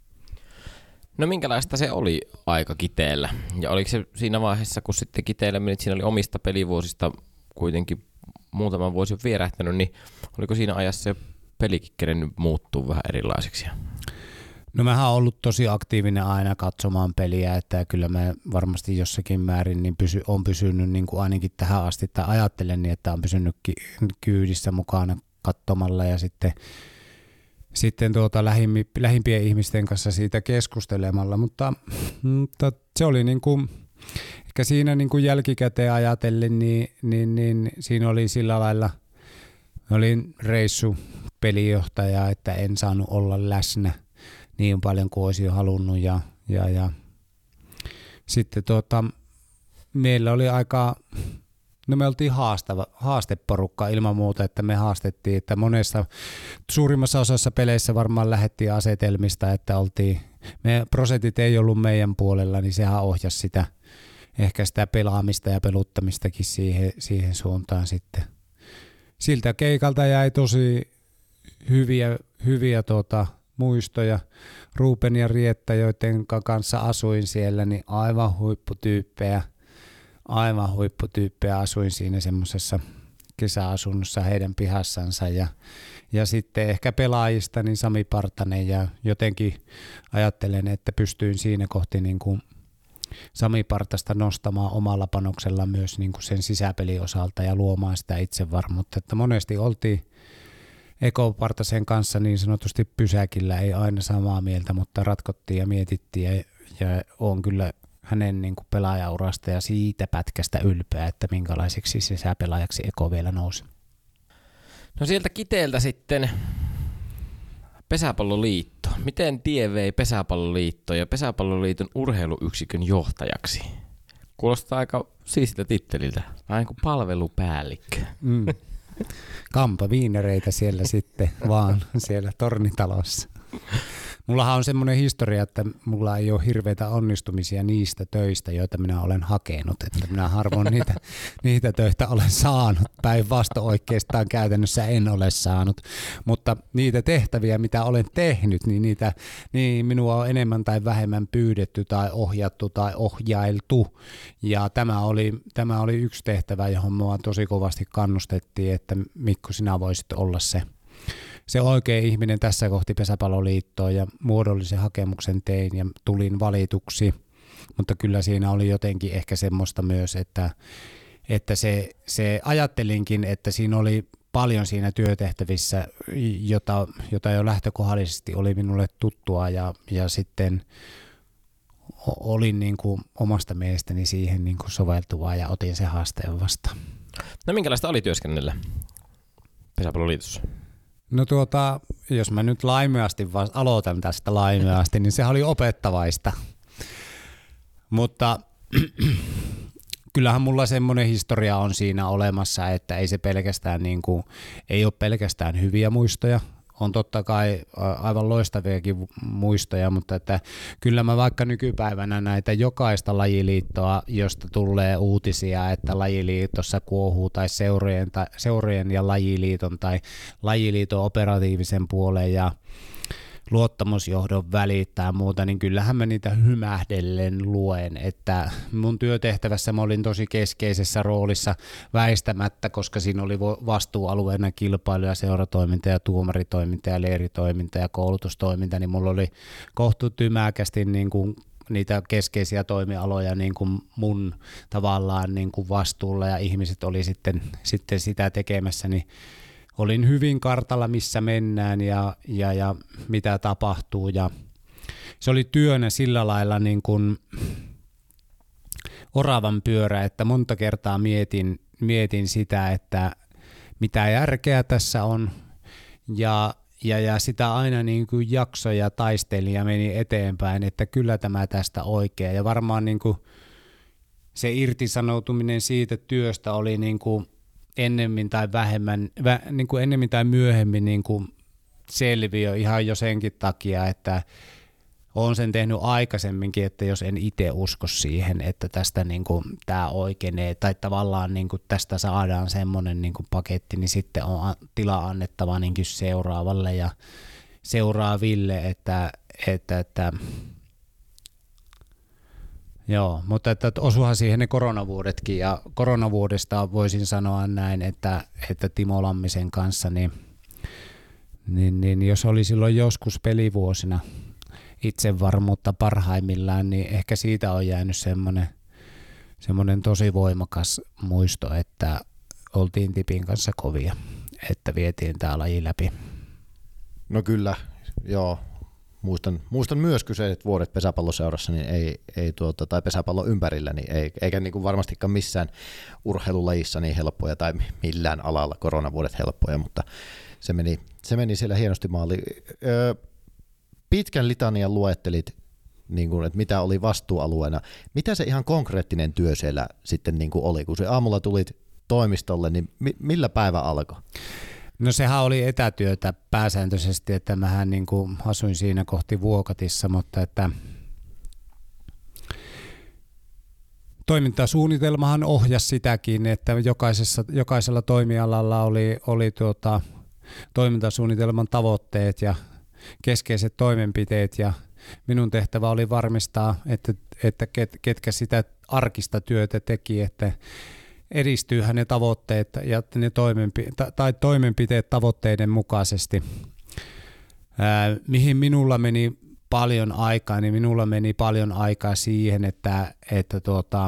No minkälaista se oli aika Kiteellä? Ja oliko se siinä vaiheessa, kun sitten Kiteellä menit, siinä oli omista pelivuosista kuitenkin muutaman vuosi vierähtänyt, niin oliko siinä ajassa jo pelikin kerennyt muuttuu vähän erilaiseksi? No mähän olen ollut tosi aktiivinen aina katsomaan peliä, että kyllä mä varmasti jossakin määrin niin pysy, on pysynyt niin kuin ainakin tähän asti, tai ajattelen niin, että on pysynyt kyydissä mukana katsomalla ja sitten sitten tuota lähimpi, lähimpien ihmisten kanssa siitä keskustelemalla, mutta, mutta se oli niin kuin, ehkä siinä niin kuin jälkikäteen ajatellen, niin, niin, niin siinä oli sillä lailla, olin reissu pelijohtaja, että en saanut olla läsnä niin paljon kuin olisin halunnut ja, ja, ja sitten tuota, meillä oli aika, no me oltiin haastava, haasteporukka ilman muuta, että me haastettiin, että monessa suurimmassa osassa peleissä varmaan lähdettiin asetelmista, että oltiin, me prosentit ei ollut meidän puolella, niin sehän ohjasi sitä, ehkä sitä pelaamista ja peluttamistakin siihen, siihen suuntaan sitten. Siltä keikalta jäi tosi hyviä, hyviä tuota, muistoja. Ruben ja Rietta, joiden kanssa asuin siellä, niin aivan huipputyyppejä. Aivan huipputyyppejä asuin siinä semmoisessa kesäasunnossa heidän pihassansa ja, ja sitten ehkä pelaajista niin Sami Partanen ja jotenkin ajattelen, että pystyin siinä kohti niin kuin Sami Partasta nostamaan omalla panoksella myös niin kuin sen sisäpelin osalta ja luomaan sitä itsevarmuutta, että monesti oltiin Eko Partasen kanssa niin sanotusti pysäkillä, ei aina samaa mieltä, mutta ratkottiin ja mietittiin ja, ja on kyllä hänen niin kuin pelaajaurasta ja siitä pätkästä ylpeä, että minkälaiseksi sisäpelaajaksi Eko vielä nousi. No sieltä Kiteeltä sitten Pesäpalloliitto. Miten tie vei Pesäpalloliitto ja Pesäpalloliiton urheiluyksikön johtajaksi? Kuulostaa aika siistiltä titteliltä, vähän kuin palvelupäällikkö. Mm. Kampa viinereitä siellä sitten vaan siellä tornitalossa. Mullahan on semmoinen historia, että mulla ei ole hirveitä onnistumisia niistä töistä, joita minä olen hakenut. Että minä harvoin niitä, niitä töitä olen saanut. Päinvastoin oikeastaan käytännössä en ole saanut. Mutta niitä tehtäviä, mitä olen tehnyt, niin, niitä, niin minua on enemmän tai vähemmän pyydetty tai ohjattu tai ohjailtu. Ja tämä oli, tämä oli yksi tehtävä, johon minua tosi kovasti kannustettiin, että Mikko, sinä voisit olla se. Se oikea ihminen tässä kohti Pesäpalloliittoa ja muodollisen hakemuksen tein ja tulin valituksi, mutta kyllä siinä oli jotenkin ehkä semmoista myös, että, että se, se ajattelinkin, että siinä oli paljon siinä työtehtävissä, jota, jota jo lähtökohdallisesti oli minulle tuttua ja, ja sitten olin niin kuin omasta mielestäni siihen niin kuin soveltuvaa ja otin se haasteen vastaan. No minkälaista oli työskennellä Pesäpalloliitossa? No tuota, jos mä nyt laimeasti vasta aloitan tästä laimeasti, niin sehän oli opettavaista. Mutta kyllähän mulla semmoinen historia on siinä olemassa, että ei se pelkästään niin kuin, ei ole pelkästään hyviä muistoja, on totta kai aivan loistaviakin muistoja, mutta että kyllä mä vaikka nykypäivänä näitä jokaista lajiliittoa, josta tulee uutisia, että lajiliitossa kuohuu tai seurojen, tai seurojen ja lajiliiton tai lajiliiton operatiivisen puolen ja luottamusjohdon välittää muuta, niin kyllähän mä niitä hymähdellen luen, että mun työtehtävässä mä olin tosi keskeisessä roolissa väistämättä, koska siinä oli vastuualueena kilpailu ja seuratoiminta ja tuomaritoiminta ja leiritoiminta ja koulutustoiminta, niin mulla oli kohtu tymäkästi niin kuin niitä keskeisiä toimialoja niin kuin mun tavallaan niin kuin vastuulla ja ihmiset oli sitten, sitten sitä tekemässä, niin olin hyvin kartalla, missä mennään ja, ja, ja mitä tapahtuu. Ja se oli työnä sillä lailla niin kuin oravan pyörä, että monta kertaa mietin, mietin sitä, että mitä järkeä tässä on. Ja, ja, ja sitä aina niin kuin jaksoi ja taisteli ja meni eteenpäin, että kyllä tämä tästä oikea. Ja varmaan niin kuin se irtisanoutuminen siitä työstä oli niin kuin ennemmin tai vähemmän, vä, niin kuin ennemmin tai myöhemmin niin kuin selviö ihan jo senkin takia, että olen sen tehnyt aikaisemminkin, että jos en itse usko siihen, että tästä niin kuin tämä oikeenee tai tavallaan niin kuin tästä saadaan semmoinen niin kuin paketti, niin sitten on tila annettava niin kuin seuraavalle ja seuraaville, että, että, että joo, mutta että osuhan siihen ne koronavuodetkin ja koronavuodesta voisin sanoa näin, että, että Timo Lammisen kanssa, niin, niin, niin jos oli silloin joskus pelivuosina itsevarmuutta parhaimmillaan, niin ehkä siitä on jäänyt semmoinen, semmoinen tosi voimakas muisto, että oltiin Tipin kanssa kovia, että vietiin tämä laji läpi. No kyllä, joo. Muistan, muistan myös kyseiset vuodet pesäpalloseurassa niin ei, ei tuota, tai pesäpallon ympärillä, niin ei, eikä niin kuin varmastikaan missään urheilulajissa niin helppoja tai millään alalla koronavuodet helppoja, mutta se meni, se meni siellä hienosti maaliin. Öö, pitkän litanian luettelit, niin kuin, että mitä oli vastuualueena. Mitä se ihan konkreettinen työ siellä sitten niin kuin oli? Kun se aamulla tulit toimistolle, niin mi- millä päivä alkoi? No sehän oli etätyötä pääsääntöisesti, että mähän niin kuin asuin siinä kohti Vuokatissa, mutta että toimintasuunnitelmahan ohjasi sitäkin, että jokaisessa, jokaisella toimialalla oli, oli tuota, toimintasuunnitelman tavoitteet ja keskeiset toimenpiteet ja minun tehtävä oli varmistaa, että, että ket, ketkä sitä arkista työtä teki, että edistyyhän ne tavoitteet ja ne toimenpiteet, tai toimenpiteet tavoitteiden mukaisesti. Ää, mihin minulla meni paljon aikaa, niin minulla meni paljon aikaa siihen, että, että tuota,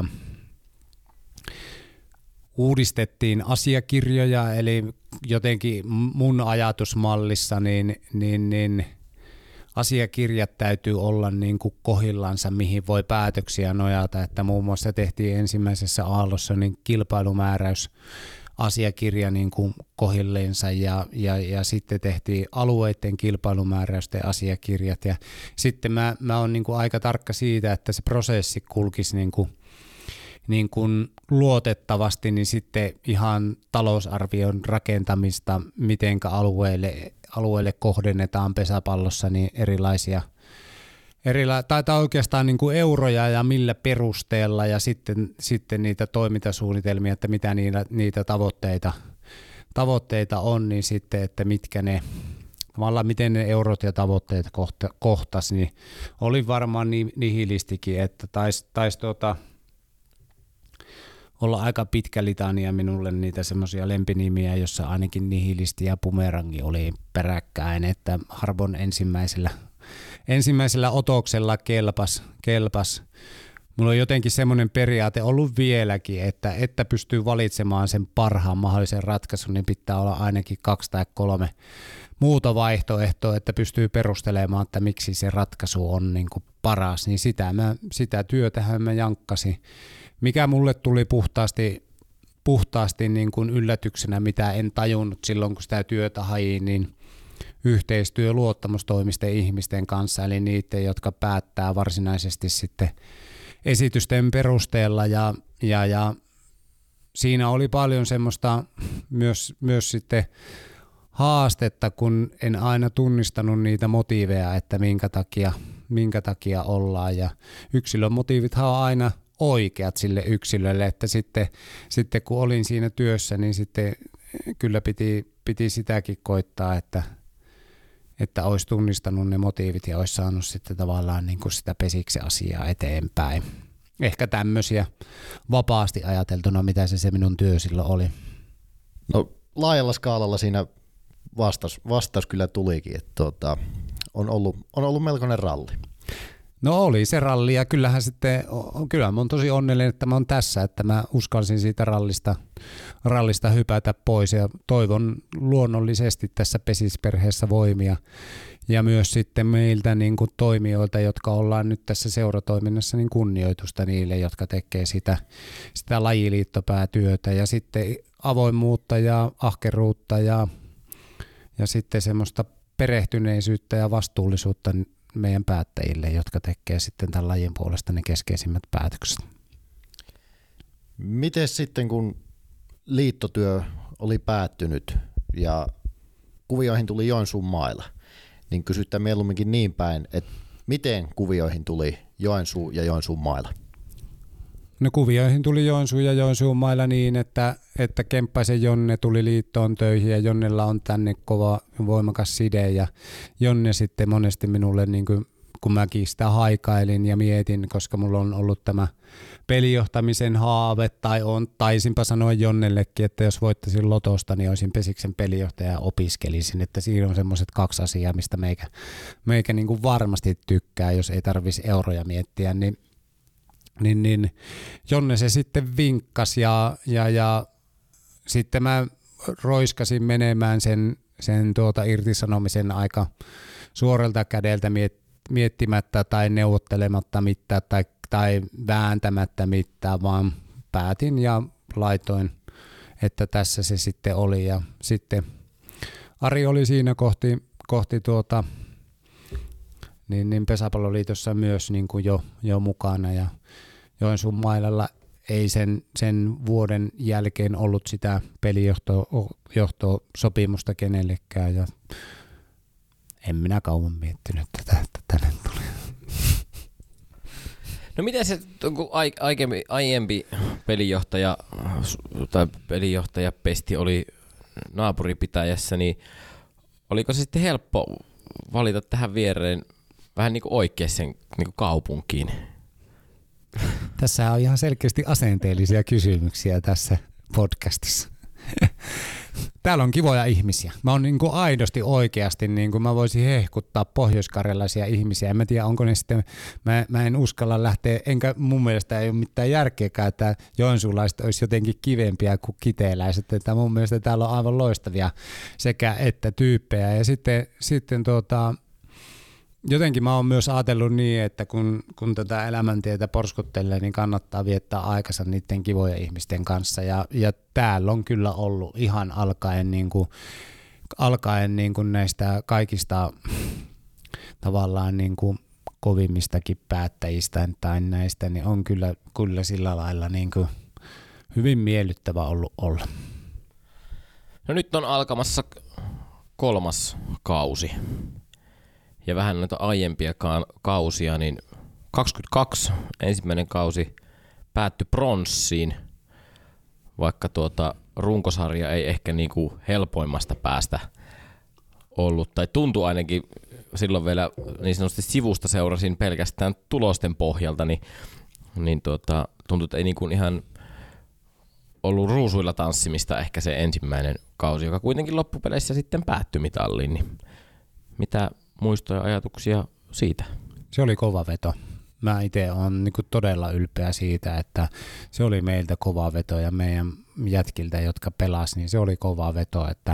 uudistettiin asiakirjoja, eli jotenkin mun ajatusmallissa niin, niin, niin asiakirjat täytyy olla niin kuin kohillansa, mihin voi päätöksiä nojata, että muun muassa tehtiin ensimmäisessä aallossa niin kilpailumääräys asiakirja niin kuin kohilleensa ja, ja, ja sitten tehtiin alueiden kilpailumääräysten asiakirjat ja sitten mä, mä oon niin kuin aika tarkka siitä, että se prosessi kulkisi niin kuin, niin kuin luotettavasti, niin sitten ihan talousarvion rakentamista, mitenkä alueelle alueelle kohdennetaan pesäpallossa niin erilaisia, erila- tai, tai oikeastaan niin kuin euroja ja millä perusteella ja sitten, sitten niitä toimintasuunnitelmia, että mitä niitä, niitä tavoitteita, tavoitteita on, niin sitten, että mitkä ne, tavallaan miten ne eurot ja tavoitteet kohta, kohtas, niin oli varmaan niin nihilistikin, että taisi tais tuota, olla aika pitkä litania minulle niitä semmoisia lempinimiä, jossa ainakin nihilisti ja bumerangi oli peräkkäin, että harvoin ensimmäisellä, ensimmäisellä otoksella kelpas, kelpas. Mulla on jotenkin semmoinen periaate ollut vieläkin, että että pystyy valitsemaan sen parhaan mahdollisen ratkaisun, niin pitää olla ainakin kaksi tai kolme muuta vaihtoehtoa, että pystyy perustelemaan, että miksi se ratkaisu on niin kuin paras, niin sitä, mä, sitä työtähän mä jankkasin. Mikä mulle tuli puhtaasti, puhtaasti niin kuin yllätyksenä, mitä en tajunnut silloin, kun sitä työtä hain, niin yhteistyö luottamustoimisten ihmisten kanssa, eli niiden, jotka päättää varsinaisesti sitten esitysten perusteella ja, ja, ja siinä oli paljon semmoista myös, myös sitten haastetta, kun en aina tunnistanut niitä motiiveja, että minkä takia, minkä takia ollaan. Ja yksilön motiivithan on aina oikeat sille yksilölle, että sitten, sitten kun olin siinä työssä, niin sitten kyllä piti, piti sitäkin koittaa, että, että olisi tunnistanut ne motiivit ja olisi saanut sitten tavallaan niin kuin sitä pesiksi asiaa eteenpäin. Ehkä tämmöisiä vapaasti ajateltuna, mitä se, se minun työ silloin oli. No laajalla skaalalla siinä vastaus, vastaus kyllä tulikin, että tuota, on, ollut, on ollut melkoinen ralli. No oli se ralli ja kyllähän sitten, kyllä mä oon tosi onnellinen, että mä oon tässä, että mä uskalsin siitä rallista, rallista hypätä pois ja toivon luonnollisesti tässä pesisperheessä voimia ja myös sitten meiltä niin kuin toimijoilta, jotka ollaan nyt tässä seuratoiminnassa, niin kunnioitusta niille, jotka tekee sitä, sitä lajiliittopäätyötä ja sitten avoimuutta ja ahkeruutta ja, ja sitten semmoista perehtyneisyyttä ja vastuullisuutta meidän päättäjille, jotka tekee sitten tämän lajin puolesta ne keskeisimmät päätökset. Miten sitten, kun liittotyö oli päättynyt ja kuvioihin tuli Joensuun mailla, niin kysytään mieluumminkin niin päin, että miten kuvioihin tuli Joensuu ja Joensuun mailla? No kuvioihin tuli Joensuun ja Joensuun mailla niin, että, että Kemppaisen Jonne tuli liittoon töihin ja Jonnella on tänne kova voimakas side ja Jonne sitten monesti minulle, niin kuin, kun mäkin sitä haikailin ja mietin, koska mulla on ollut tämä pelijohtamisen haave tai on, taisinpa sanoa Jonnellekin, että jos voittaisin lotosta, niin olisin Pesiksen pelijohtaja ja opiskelisin, että siinä on semmoiset kaksi asiaa, mistä meikä, meikä niin kuin varmasti tykkää, jos ei tarvitsisi euroja miettiä, niin Niin, niin Jonne se sitten vinkkasi ja, ja, ja sitten mä roiskasin menemään sen, sen tuota irtisanomisen aika suoralta kädeltä miet, miettimättä tai neuvottelematta mitään tai, tai vääntämättä mitään, vaan päätin ja laitoin, että tässä se sitten oli. Ja sitten Ari oli siinä kohti, kohti tuota, niin, niin Pesäpalloliitossa myös niin kuin jo, jo mukana ja Joensuun mailalla ei sen, sen vuoden jälkeen ollut sitä pelijohtosopimusta kenellekään ja en minä kauan miettinyt tätä, että tänne tuli. No miten se kun aiempi, aiempi pelijohtaja tai pelijohtaja Pesti oli naapuripitäjässä, niin oliko se sitten helppo valita tähän viereen vähän niin kuin oikeaan niin kuin kaupunkiin? Tässä on ihan selkeästi asenteellisia kysymyksiä tässä podcastissa. Täällä on kivoja ihmisiä. Mä oon niin kuin aidosti oikeasti, niin kuin mä voisin hehkuttaa pohjoiskarjalaisia ihmisiä. En mä tiedä, onko ne sitten, mä, mä en uskalla lähteä, enkä mun mielestä ei ole mitään järkeäkään, että joensuulaiset olisi jotenkin kivempiä kuin kiteeläiset. Että mun mielestä täällä on aivan loistavia sekä että tyyppejä. Ja sitten, sitten tuota, jotenkin mä oon myös ajatellut niin, että kun, kun tätä elämäntietä porskuttelee, niin kannattaa viettää aikansa niiden kivojen ihmisten kanssa. Ja, ja täällä on kyllä ollut ihan alkaen, niin kuin, alkaen niin kuin näistä kaikista tavallaan niin kuin kovimmistakin päättäjistä tai näistä, niin on kyllä, kyllä sillä lailla niin kuin hyvin miellyttävä ollut olla. No nyt on alkamassa kolmas kausi. Ja vähän noita aiempia kausia, niin kaksikymmentäkaksi ensimmäinen kausi päättyi pronssiin, vaikka tuota runkosarja ei ehkä niinku helpoimmasta päästä ollut, tai tuntui ainakin silloin vielä niin sanotusti sivusta seurasin pelkästään tulosten pohjalta, niin, niin tuota, tuntui, että ei niinku ihan ollut ruusuilla tanssimista ehkä se ensimmäinen kausi, joka kuitenkin loppupeleissä sitten päättyi mitalliin, niin mitä muistoja ja ajatuksia siitä? Se oli kova veto. Mä itse olen niin kuin todella ylpeä siitä, että se oli meiltä kova veto ja meidän jätkiltä, jotka pelasi, niin se oli kova veto. Että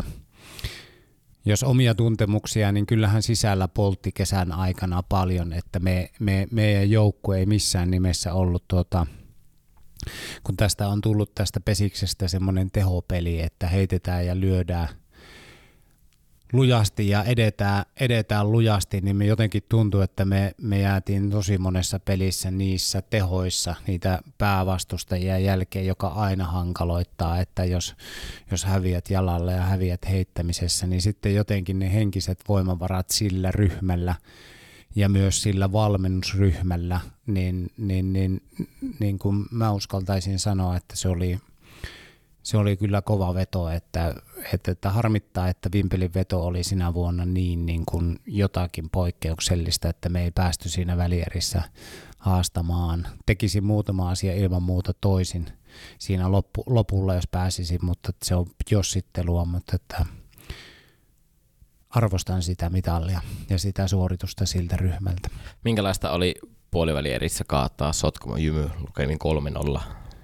jos omia tuntemuksia, niin kyllähän sisällä poltti kesän aikana paljon, että me, me, meidän joukkue ei missään nimessä ollut, tuota, kun tästä on tullut tästä Pesiksestä semmoinen tehopeli, että heitetään ja lyödään lujasti ja edetään, edetään lujasti, niin me jotenkin tuntuu, että me, me jäätiin tosi monessa pelissä niissä tehoissa niitä päävastustajia jälkeen, joka aina hankaloittaa, että jos, jos häviät jalalla ja häviät heittämisessä, niin sitten jotenkin ne henkiset voimavarat sillä ryhmällä ja myös sillä valmennusryhmällä, niin, niin, niin, niin kuin mä uskaltaisin sanoa, että se oli Se oli kyllä kova veto, että, että, että harmittaa, että Vimpelin veto oli sinä vuonna niin, niin kuin jotakin poikkeuksellista, että me ei päästy siinä välierissä haastamaan. Tekisin muutama asia ilman muuta toisin siinä loppu, lopulla, jos pääsisin, mutta se on jossittelua, mutta että arvostan sitä mitallia ja sitä suoritusta siltä ryhmältä. Minkälaista oli puolivälierissä kaataa Sotkamo Jymy lukemin kolme nolla?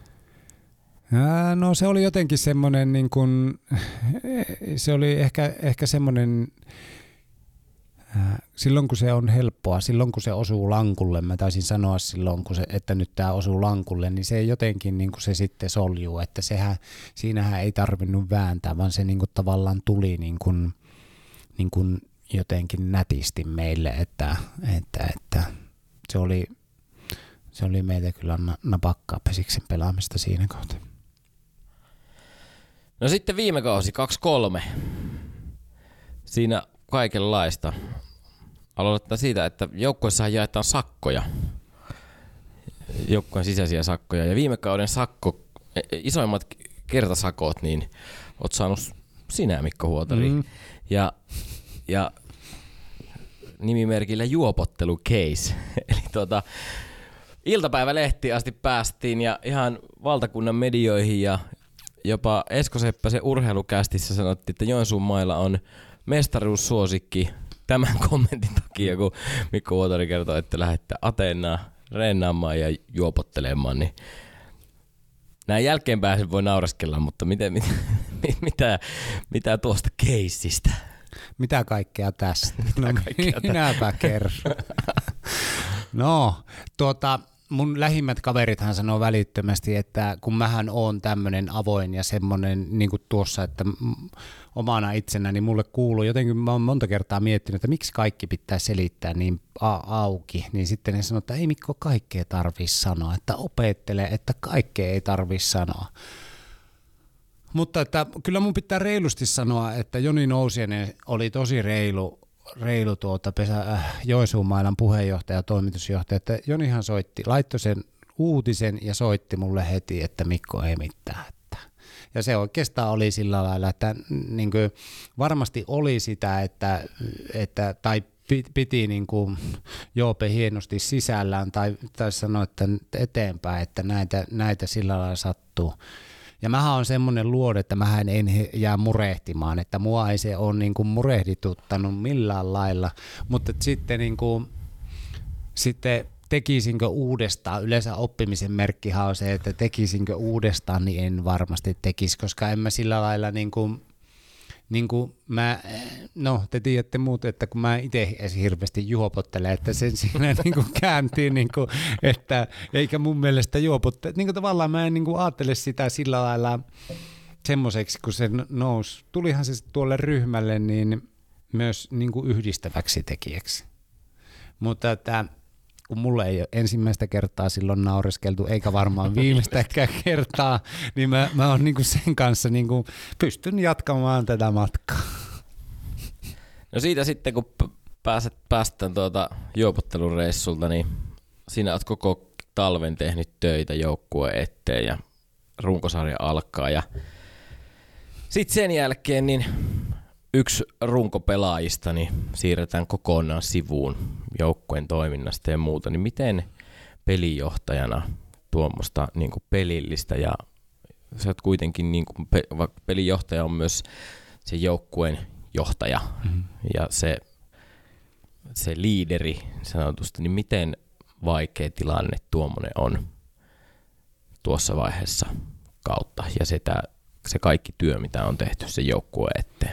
No se oli jotenkin semmoinen, niin kuin, se oli ehkä, ehkä semmoinen, silloin kun se on helppoa, silloin kun se osuu lankulle, mä taisin sanoa silloin, kun se, että nyt tämä osuu lankulle, niin se ei jotenkin niin kuin se sitten soljuu, että sehän, siinähän ei tarvinnut vääntää, vaan se niin kuin tavallaan tuli niin kuin, niin kuin jotenkin nätisti meille, että, että, että se oli, se oli meitä kyllä napakkaa Pesiksen pelaamista siinä kohtaa. No sitten viime kausi kaksi kolme. Siinä kaikenlaista. Aloitetaan siitä, että joukkueessahan jaetaan sakkoja. Joukkueen sisäisiä sakkoja. Ja viime kauden sakko, isoimmat kertasakot, niin oot saanut sinä, Mikko Huotari. Mm. Ja, ja nimimerkillä juopottelu case. Eli tuota, iltapäivälehtiin asti päästiin ja ihan valtakunnan medioihin ja jopa Esko Seppäsen urheilukästissä sanottiin, että Joensuun mailla on mestaruussuosikki tämän kommentin takia, kun Mikko Huotari kertoi, että lähdette Ateenaan reenaamaan ja juopottelemaan, niin näin jälkeenpäin sen voi nauraskella, mutta miten, mitä, mitä, mitä tuosta keissistä? Mitä kaikkea tästä? Mitä No kaikkea minäpä kerron. No, tuota, mun lähimmät kaverithan sanoo välittömästi, että kun mähän oon tämmönen avoin ja semmonen niin kuin tuossa, että omana itsenäni niin mulle kuuluu, jotenkin mä oon monta kertaa miettinyt, että miksi kaikki pitää selittää niin auki, niin sitten ne sanoo, että ei Mikko kaikkea tarvii sanoa, että opettele, että kaikkea ei tarvii sanoa. Mutta että kyllä mun pitää reilusti sanoa, että Joni Nousiainen oli tosi reilu, reilu tuota pesä, äh, Joensuun mailan puheenjohtaja ja toimitusjohtaja, että Jonihan soitti, laittoi sen uutisen ja soitti mulle heti, että Mikko ei mitään. Että. Ja se oikeastaan oli sillä lailla, että niin kuin varmasti oli sitä, että, että tai piti niin kuin Joope hienosti sisällään tai, tai sanoi, että eteenpäin, että näitä, näitä sillä lailla sattuu. Ja mähän on semmoinen luode, että mähän en jää murehtimaan, että mua ei se ole niin kuin murehdituttanut millään lailla, mutta sitten, niin kuin, sitten tekisinkö uudestaan, yleensä oppimisen merkkihan on se, että tekisinkö uudestaan, niin en varmasti tekisi, koska en mä sillä lailla niin kuin, niin kuin mä, no te tiedätte muut, että kun mä itse edes hirveästi juopottelen, että sen siinä niin kuin kääntiin, niin kuin, että eikä mun mielestä juopottele, niin kuin tavallaan mä en niin kuin ajattele sitä sillä lailla semmoiseksi, kun se nousi. Tulihan se tuolle ryhmälle niin myös niin kuin yhdistäväksi tekijäksi, mutta että kun mulle ei ole ensimmäistä kertaa silloin naureskeltu, eikä varmaan viimeistäkään kertaa, niin mä, mä oon niinku sen kanssa niinku pystyn jatkamaan tätä matkaa. No siitä sitten, kun pääset, päästään tuota juopottelureissulta, niin siinä oot koko talven tehnyt töitä joukkueen eteen ja runkosarja alkaa. Ja sitten sen jälkeen niin yksi runkopelaajista niin siirretään kokonaan sivuun joukkueen toiminnasta ja muuta, niin miten pelijohtajana tuommoista niin kuin pelillistä ja sä oot kuitenkin, niin kuin, vaikka pelijohtaja on myös se joukkueen johtaja mm-hmm. ja se, se liideri sanotusti, niin miten vaikea tilanne tuommoinen on tuossa vaiheessa kautta ja sitä, se kaikki työ, mitä on tehty sen joukkueen eteen?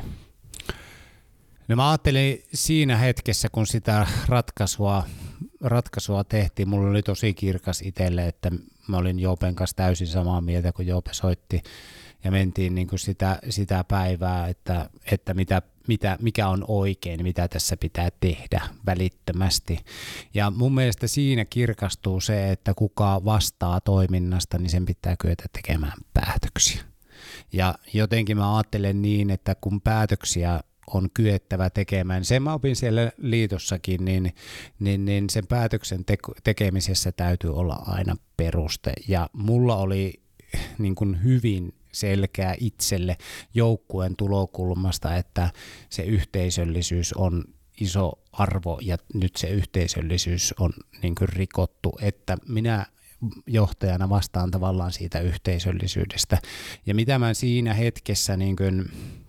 No mä ajattelin siinä hetkessä, kun sitä ratkaisua, ratkaisua tehtiin, mulla oli tosi kirkas itselle, että mä olin Joopen kanssa täysin samaa mieltä, kun Joope soitti ja mentiin niin kuin sitä, sitä päivää, että, että mitä, mitä, mikä on oikein, mitä tässä pitää tehdä välittömästi. Ja mun mielestä siinä kirkastuu se, että kuka vastaa toiminnasta, niin sen pitää kyetä tekemään päätöksiä. Ja jotenkin mä ajattelen niin, että kun päätöksiä on kyettävä tekemään, sen mä opin siellä liitossakin, niin, niin, niin sen päätöksen teko, tekemisessä täytyy olla aina peruste. Ja mulla oli niin kuin hyvin selkeä itselle joukkueen tulokulmasta, että se yhteisöllisyys on iso arvo ja nyt se yhteisöllisyys on niin kuin rikottu, että minä johtajana vastaan tavallaan siitä yhteisöllisyydestä. Ja mitä mä siinä hetkessä niin kuin,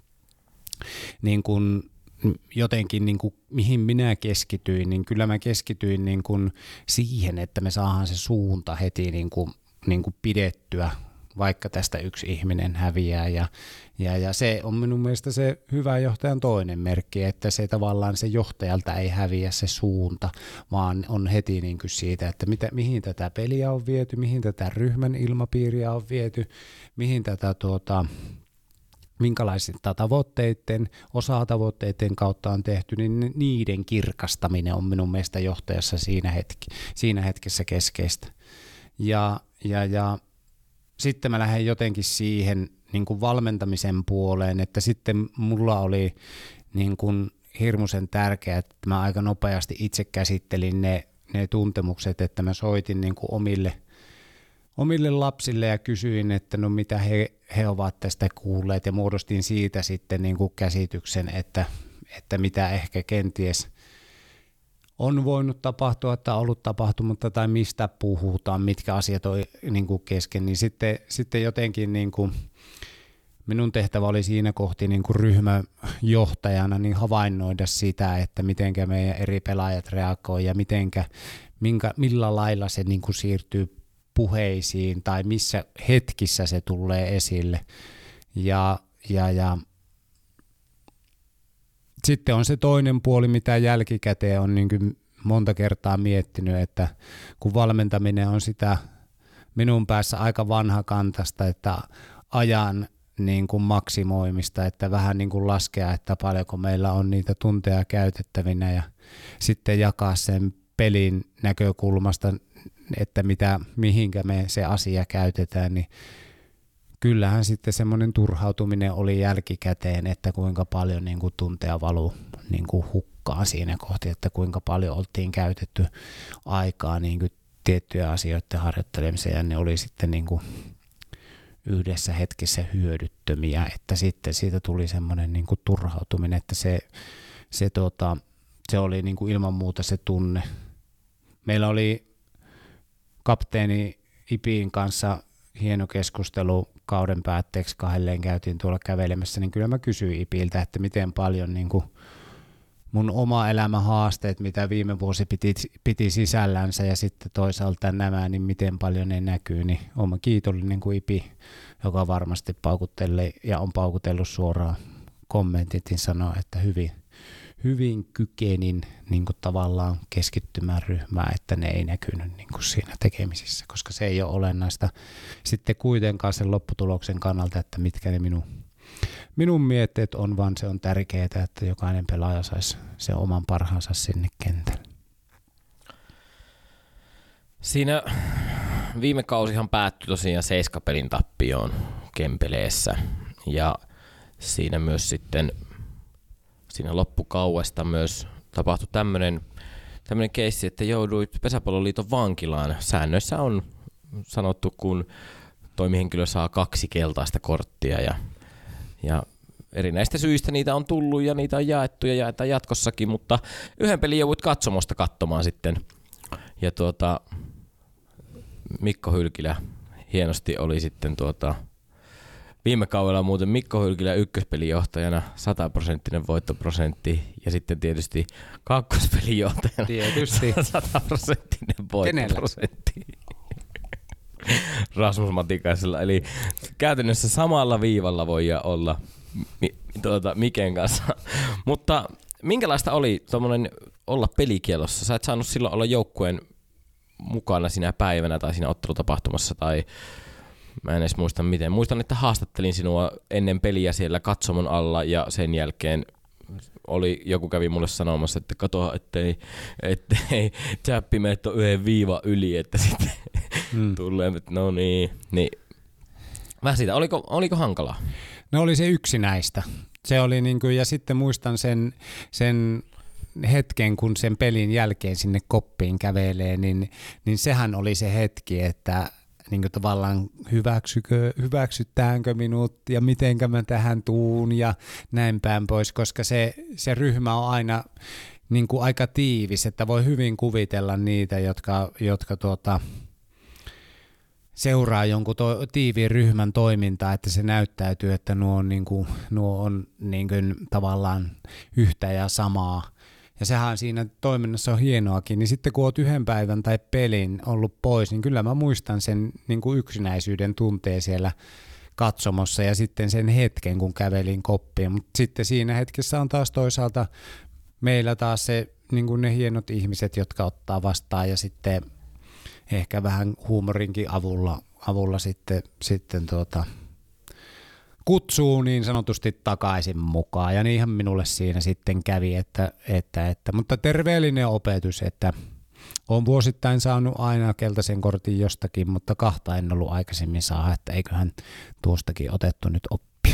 niin kuin jotenkin niin kuin, mihin minä keskityin, niin kyllä mä keskityin niin kuin siihen, että me saadaan se suunta heti niin kuin, niin kuin pidettyä, vaikka tästä yksi ihminen häviää. Ja, ja, ja se on minun mielestä se hyvä johtajan toinen merkki, että se tavallaan se johtajalta ei häviä se suunta, vaan on heti niin kuin siitä, että mitä, mihin tätä peliä on viety, mihin tätä ryhmän ilmapiiriä on viety, mihin tätä tuota, minkälaisista tavoitteiden, osatavoitteiden kautta on tehty, niin niiden kirkastaminen on minun mielestä johtajassa siinä, hetki, siinä hetkessä keskeistä. Ja, ja, ja sitten mä lähden jotenkin siihen niin kuin valmentamisen puoleen, että sitten mulla oli niin kuin hirmuisen tärkeää, että mä aika nopeasti itse käsittelin ne, ne tuntemukset, että mä soitin niin kuin omille, omille lapsille ja kysyin, että no mitä he, he ovat tästä kuulleet ja muodostin siitä sitten niin kuin käsityksen, että, että mitä ehkä kenties on voinut tapahtua tai ollut tapahtumatta tai mistä puhutaan, mitkä asiat on niin kuin kesken, niin sitten, sitten jotenkin niin kuin minun tehtävä oli siinä kohti niin kuin ryhmäjohtajana niin havainnoida sitä, että mitenkä meidän eri pelaajat reagoi ja mitenkä, minkä, millä lailla se niin kuin siirtyy puheisiin tai missä hetkissä se tulee esille. Ja, ja, ja sitten on se toinen puoli, mitä jälkikäteen on niin kuin monta kertaa miettinyt, että kun valmentaminen on sitä minun päässä aika vanhakantasta, että ajan niin kuin maksimoimista, että vähän niin kuin laskea, että paljonko meillä on niitä tunteja käytettävinä ja sitten jakaa sen pelin näkökulmasta, että mitä, mihinkä me se asia käytetään, niin kyllähän sitten semmoinen turhautuminen oli jälkikäteen, että kuinka paljon niin kuin tunteja valuu niin kuin hukkaan siinä kohti, että kuinka paljon oltiin käytetty aikaa niin kuin tiettyjä asioiden harjoittelemiseen ja ne oli sitten niin kuin yhdessä hetkessä hyödyttömiä, että sitten siitä tuli semmoinen niin kuin turhautuminen, että se, se, tota, se oli niin kuin ilman muuta se tunne. Meillä oli kapteeni Ipin kanssa hieno keskustelu kauden päätteeksi, kahdelleen käytiin tuolla kävelemässä, niin kyllä mä kysyin Ipiltä, että miten paljon niin kuin mun oma elämän haasteet, mitä viime vuosi piti, piti sisällänsä ja sitten toisaalta nämä, niin miten paljon ne näkyy, niin olen kiitollinen kuin Ipi, joka varmasti paukuttelee ja on paukutellut suoraan kommentit, niin sanoo, että hyvin, hyvin kykenin niin kuin tavallaan keskittymään ryhmään, että ne ei näkynyt niin kuin siinä tekemisissä, koska se ei ole olennaista sitten kuitenkaan sen lopputuloksen kannalta, että mitkä ne minun, minun mietteet on, vaan se on tärkeää, että jokainen pelaaja saisi sen oman parhaansa sinne kentälle. Siinä viime kausihan päättyi tosiaan seiskapelin tappioon Kempeleessä ja siinä myös sitten siinä loppukauesta myös tapahtui tämmöinen tämmöinen keissi, että jouduit Pesäpalloliiton vankilaan. Säännöissä on sanottu, kun toimihenkilö saa kaksi keltaista korttia ja, ja erinäistä syistä niitä on tullut ja niitä on jaettu ja jaetaan jatkossakin, mutta yhden pelin joudut katsomosta katsomaan sitten. Ja tuota, Mikko Hylkilä hienosti oli sitten tuota, viime kaudella muuten Mikko Hylkilä ykköspelijohtajana sataprosenttinen voittoprosentti ja sitten tietysti kakkospelijohtajana tietysti sataprosenttinen voittoprosentti. Rasmus Matikaisella, eli käytännössä samalla viivalla voi olla mi, tuota, Miken kanssa. Mutta minkälaista oli tommonen olla pelikielossa? Sä et saanut silloin olla joukkueen mukana sinä päivänä tai siinä ottelutapahtumassa tai mä en edes muista miten. Muistan, että haastattelin sinua ennen peliä siellä katsomon alla ja sen jälkeen oli, joku kävi mulle sanomassa, että katoa, ettei, ettei Chappi mene tuon yhden viiva yli, että sitten mm. tulee, että no niin, niin. Vähän siitä, oliko, oliko hankalaa? No oli se yksi näistä. Se oli niin kuin, ja sitten muistan sen, sen hetken, kun sen pelin jälkeen sinne koppiin kävelee, niin, niin sehän oli se hetki, että niin kuin tavallaan hyväksykö, hyväksytäänkö minut ja mitenkä mä tähän tuun ja näin päin pois, koska se, se ryhmä on aina niin kuin aika tiivis, että voi hyvin kuvitella niitä, jotka, jotka tuota, seuraa jonkun to, tiiviin ryhmän toimintaa, että se näyttäytyy, että nuo on, niin kuin, nuo on niin kuin, tavallaan yhtä ja samaa. Ja sehän siinä toiminnassa on hienoakin, niin sitten kun oot yhden päivän tai pelin ollut pois, niin kyllä mä muistan sen niin kuin yksinäisyyden tunteen siellä katsomossa ja sitten sen hetken, kun kävelin koppiin. Mutta sitten siinä hetkessä on taas toisaalta meillä taas se, niin kuin ne hienot ihmiset, jotka ottaa vastaan ja sitten ehkä vähän huumorinkin avulla, avulla sitten, sitten tuota, kutsuu niin sanotusti takaisin mukaan. Ja niinhän minulle siinä sitten kävi, että, että, että, mutta terveellinen opetus, että olen vuosittain saanut aina keltaisen kortin jostakin, mutta kahta en ollut aikaisemmin saa, että eiköhän tuostakin otettu nyt oppia.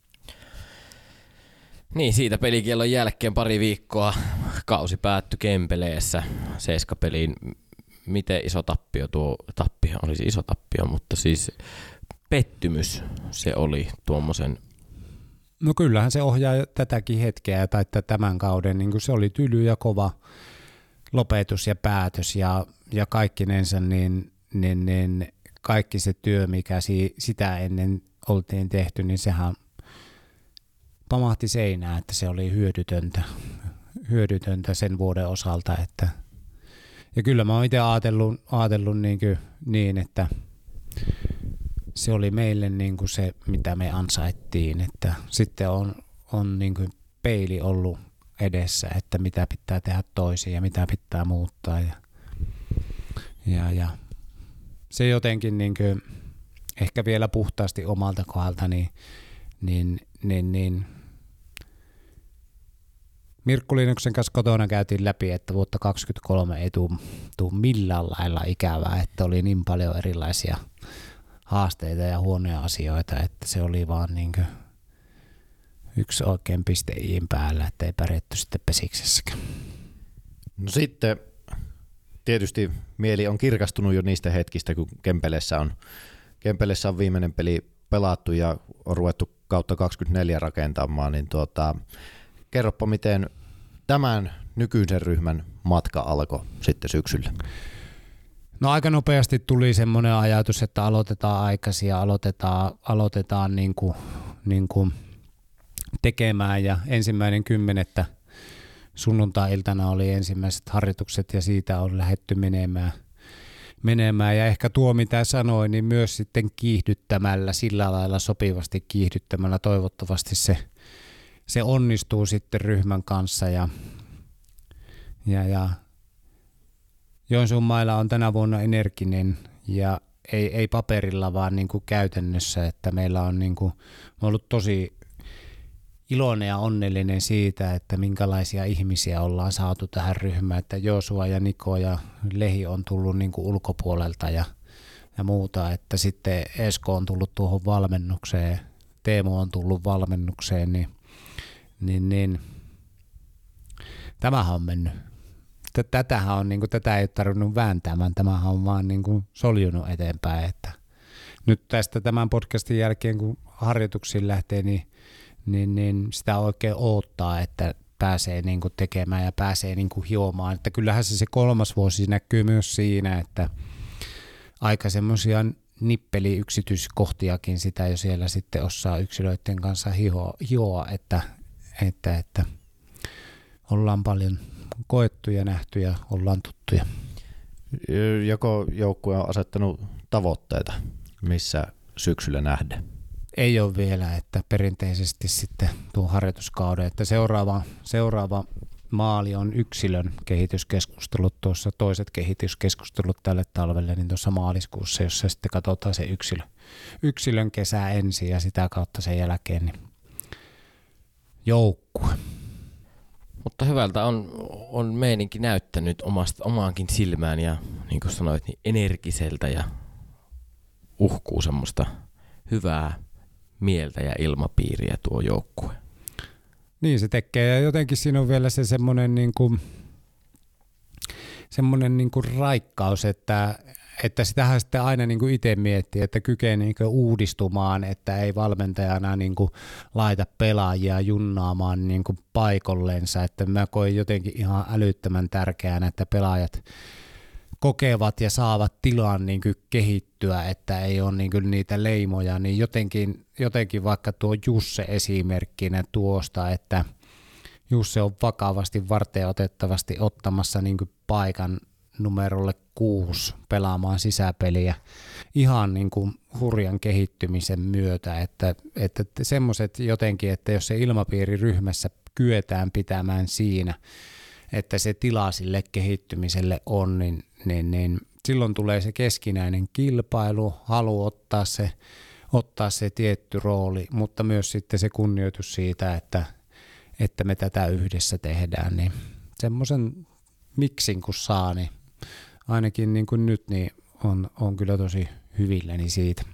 Niin, siitä pelikiellon jälkeen pari viikkoa kausi päättyi Kempeleessä seiskapeliin. Miten iso tappio tuo, tappio olisi iso tappio, mutta siis pettymys se oli tuommoisen. No kyllähän se ohjaa tätäkin hetkeä tai tämän kauden, niin kuin se oli tyly ja kova lopetus ja päätös ja, ja kaikkinensa, niin, niin, niin kaikki se työ, mikä si, sitä ennen oltiin tehty, niin sehän pamahti seinään, että se oli hyödytöntä, hyödytöntä sen vuoden osalta, että ja kyllä mä oon itse ajatellut, ajatellut niin, kuin, niin, että se oli meille niin kuin se, mitä me ansaittiin, että sitten on, on niin kuin peili ollut edessä, että mitä pitää tehdä toisin ja mitä pitää muuttaa ja, ja, ja se jotenkin niin kuin, ehkä vielä puhtaasti omalta kohdalta, niin, niin, niin, niin Mirkku Linuksen kanssa kotona käytiin läpi, että vuotta kaksikymmentäkolme ei tule, tule millään lailla ikävää, että oli niin paljon erilaisia haasteita ja huonoja asioita, että se oli vaan niin kuin yksi oikein piste iin päällä, että ei pärjätty sitten pesiksessäkään. No sitten tietysti mieli on kirkastunut jo niistä hetkistä, kun Kempeleessä on, Kempeleessä on viimeinen peli pelattu ja on ruvettu kautta kaksikymmentäneljä rakentamaan, niin tuota, kerropa, miten tämän nykyisen ryhmän matka alkoi sitten syksyllä? No aika nopeasti tuli semmoinen ajatus, että aloitetaan aikaisin ja aloitetaan, aloitetaan niin kuin, niin kuin tekemään ja ensimmäinen kymmenettä sunnuntai-iltana oli ensimmäiset harjoitukset ja siitä on lähdetty menemään. menemään. Ja ehkä tuo mitä sanoin, niin myös sitten kiihdyttämällä, sillä lailla sopivasti kiihdyttämällä toivottavasti se Se onnistuu sitten ryhmän kanssa ja, ja, ja Joensuun mailla on tänä vuonna energinen ja ei, ei paperilla vaan niin kuin käytännössä, että meillä on niin kuin, ollut tosi iloinen ja onnellinen siitä, että minkälaisia ihmisiä ollaan saatu tähän ryhmään, että Joosua ja Niko ja Lehi on tullut niin kuin ulkopuolelta ja, ja muuta, että sitten Esko on tullut tuohon valmennukseen, Teemu on tullut valmennukseen, niin Niin, niin. Tämähän on mennyt. Tätähän on, niin kuin, tätä ei ole tarvinnut vääntämään, tämähän on vaan niin kuin soljunut eteenpäin. Että nyt tästä tämän podcastin jälkeen, kun harjoituksiin lähtee, niin, niin, niin sitä oikein odottaa, että pääsee niin kuin tekemään ja pääsee niin kuin hiomaan. Että kyllähän se, se kolmas vuosi näkyy myös siinä, että aika semmoisia nippeli yksityiskohtiakin sitä jo siellä sitten osaa yksilöiden kanssa hioa, hioa että Että, että ollaan paljon koettu ja nähty ja ollaan tuttuja. Joko joukkue on asettanut tavoitteita, missä syksyllä nähdään? Ei ole vielä, että perinteisesti sitten tuon harjoituskauden, että seuraava, seuraava maali on yksilön kehityskeskustelut, tuossa toiset kehityskeskustelut tälle talvelle, niin tuossa maaliskuussa, jossa sitten katsotaan se yksilö, yksilön kesä ensin ja sitä kautta sen jälkeen niin joukkue. Mutta hyvältä on, on meininki näyttänyt omasta, omaankin silmään ja niin kuin sanoit, niin energiseltä ja uhkuu semmoista hyvää mieltä ja ilmapiiriä tuo joukkue. Niin se tekee ja jotenkin siinä on vielä se semmoinen niin kuin, semmoinen niin kuin raikkaus, että, että sitähän sitten aina niin kuin itse miettii, että kykenee niin kuin uudistumaan, että ei valmentajana niin kuin laita pelaajia junnaamaan niin kuin paikollensa, että mä koin jotenkin ihan älyttömän tärkeänä, että pelaajat kokevat ja saavat tilan niin kuin kehittyä, että ei ole niin kuin niitä leimoja, niin jotenkin, jotenkin vaikka tuo Jusse esimerkkinä tuosta, että Jusse on vakavasti varteenotettavasti ottamassa niin kuin paikan numerolle kuusi pelaamaan sisäpeliä ihan niin kuin hurjan kehittymisen myötä, että, että semmoiset jotenkin, että jos se ilmapiiri ryhmässä kyetään pitämään siinä, että se tila sille kehittymiselle on, niin, niin, niin silloin tulee se keskinäinen kilpailu, halu ottaa se, ottaa se tietty rooli, mutta myös sitten se kunnioitus siitä, että, että me tätä yhdessä tehdään, niin semmoisen miksin kun saa, niin ainakin niin kuin nyt niin on, on kyllä tosi hyvilläni siitä.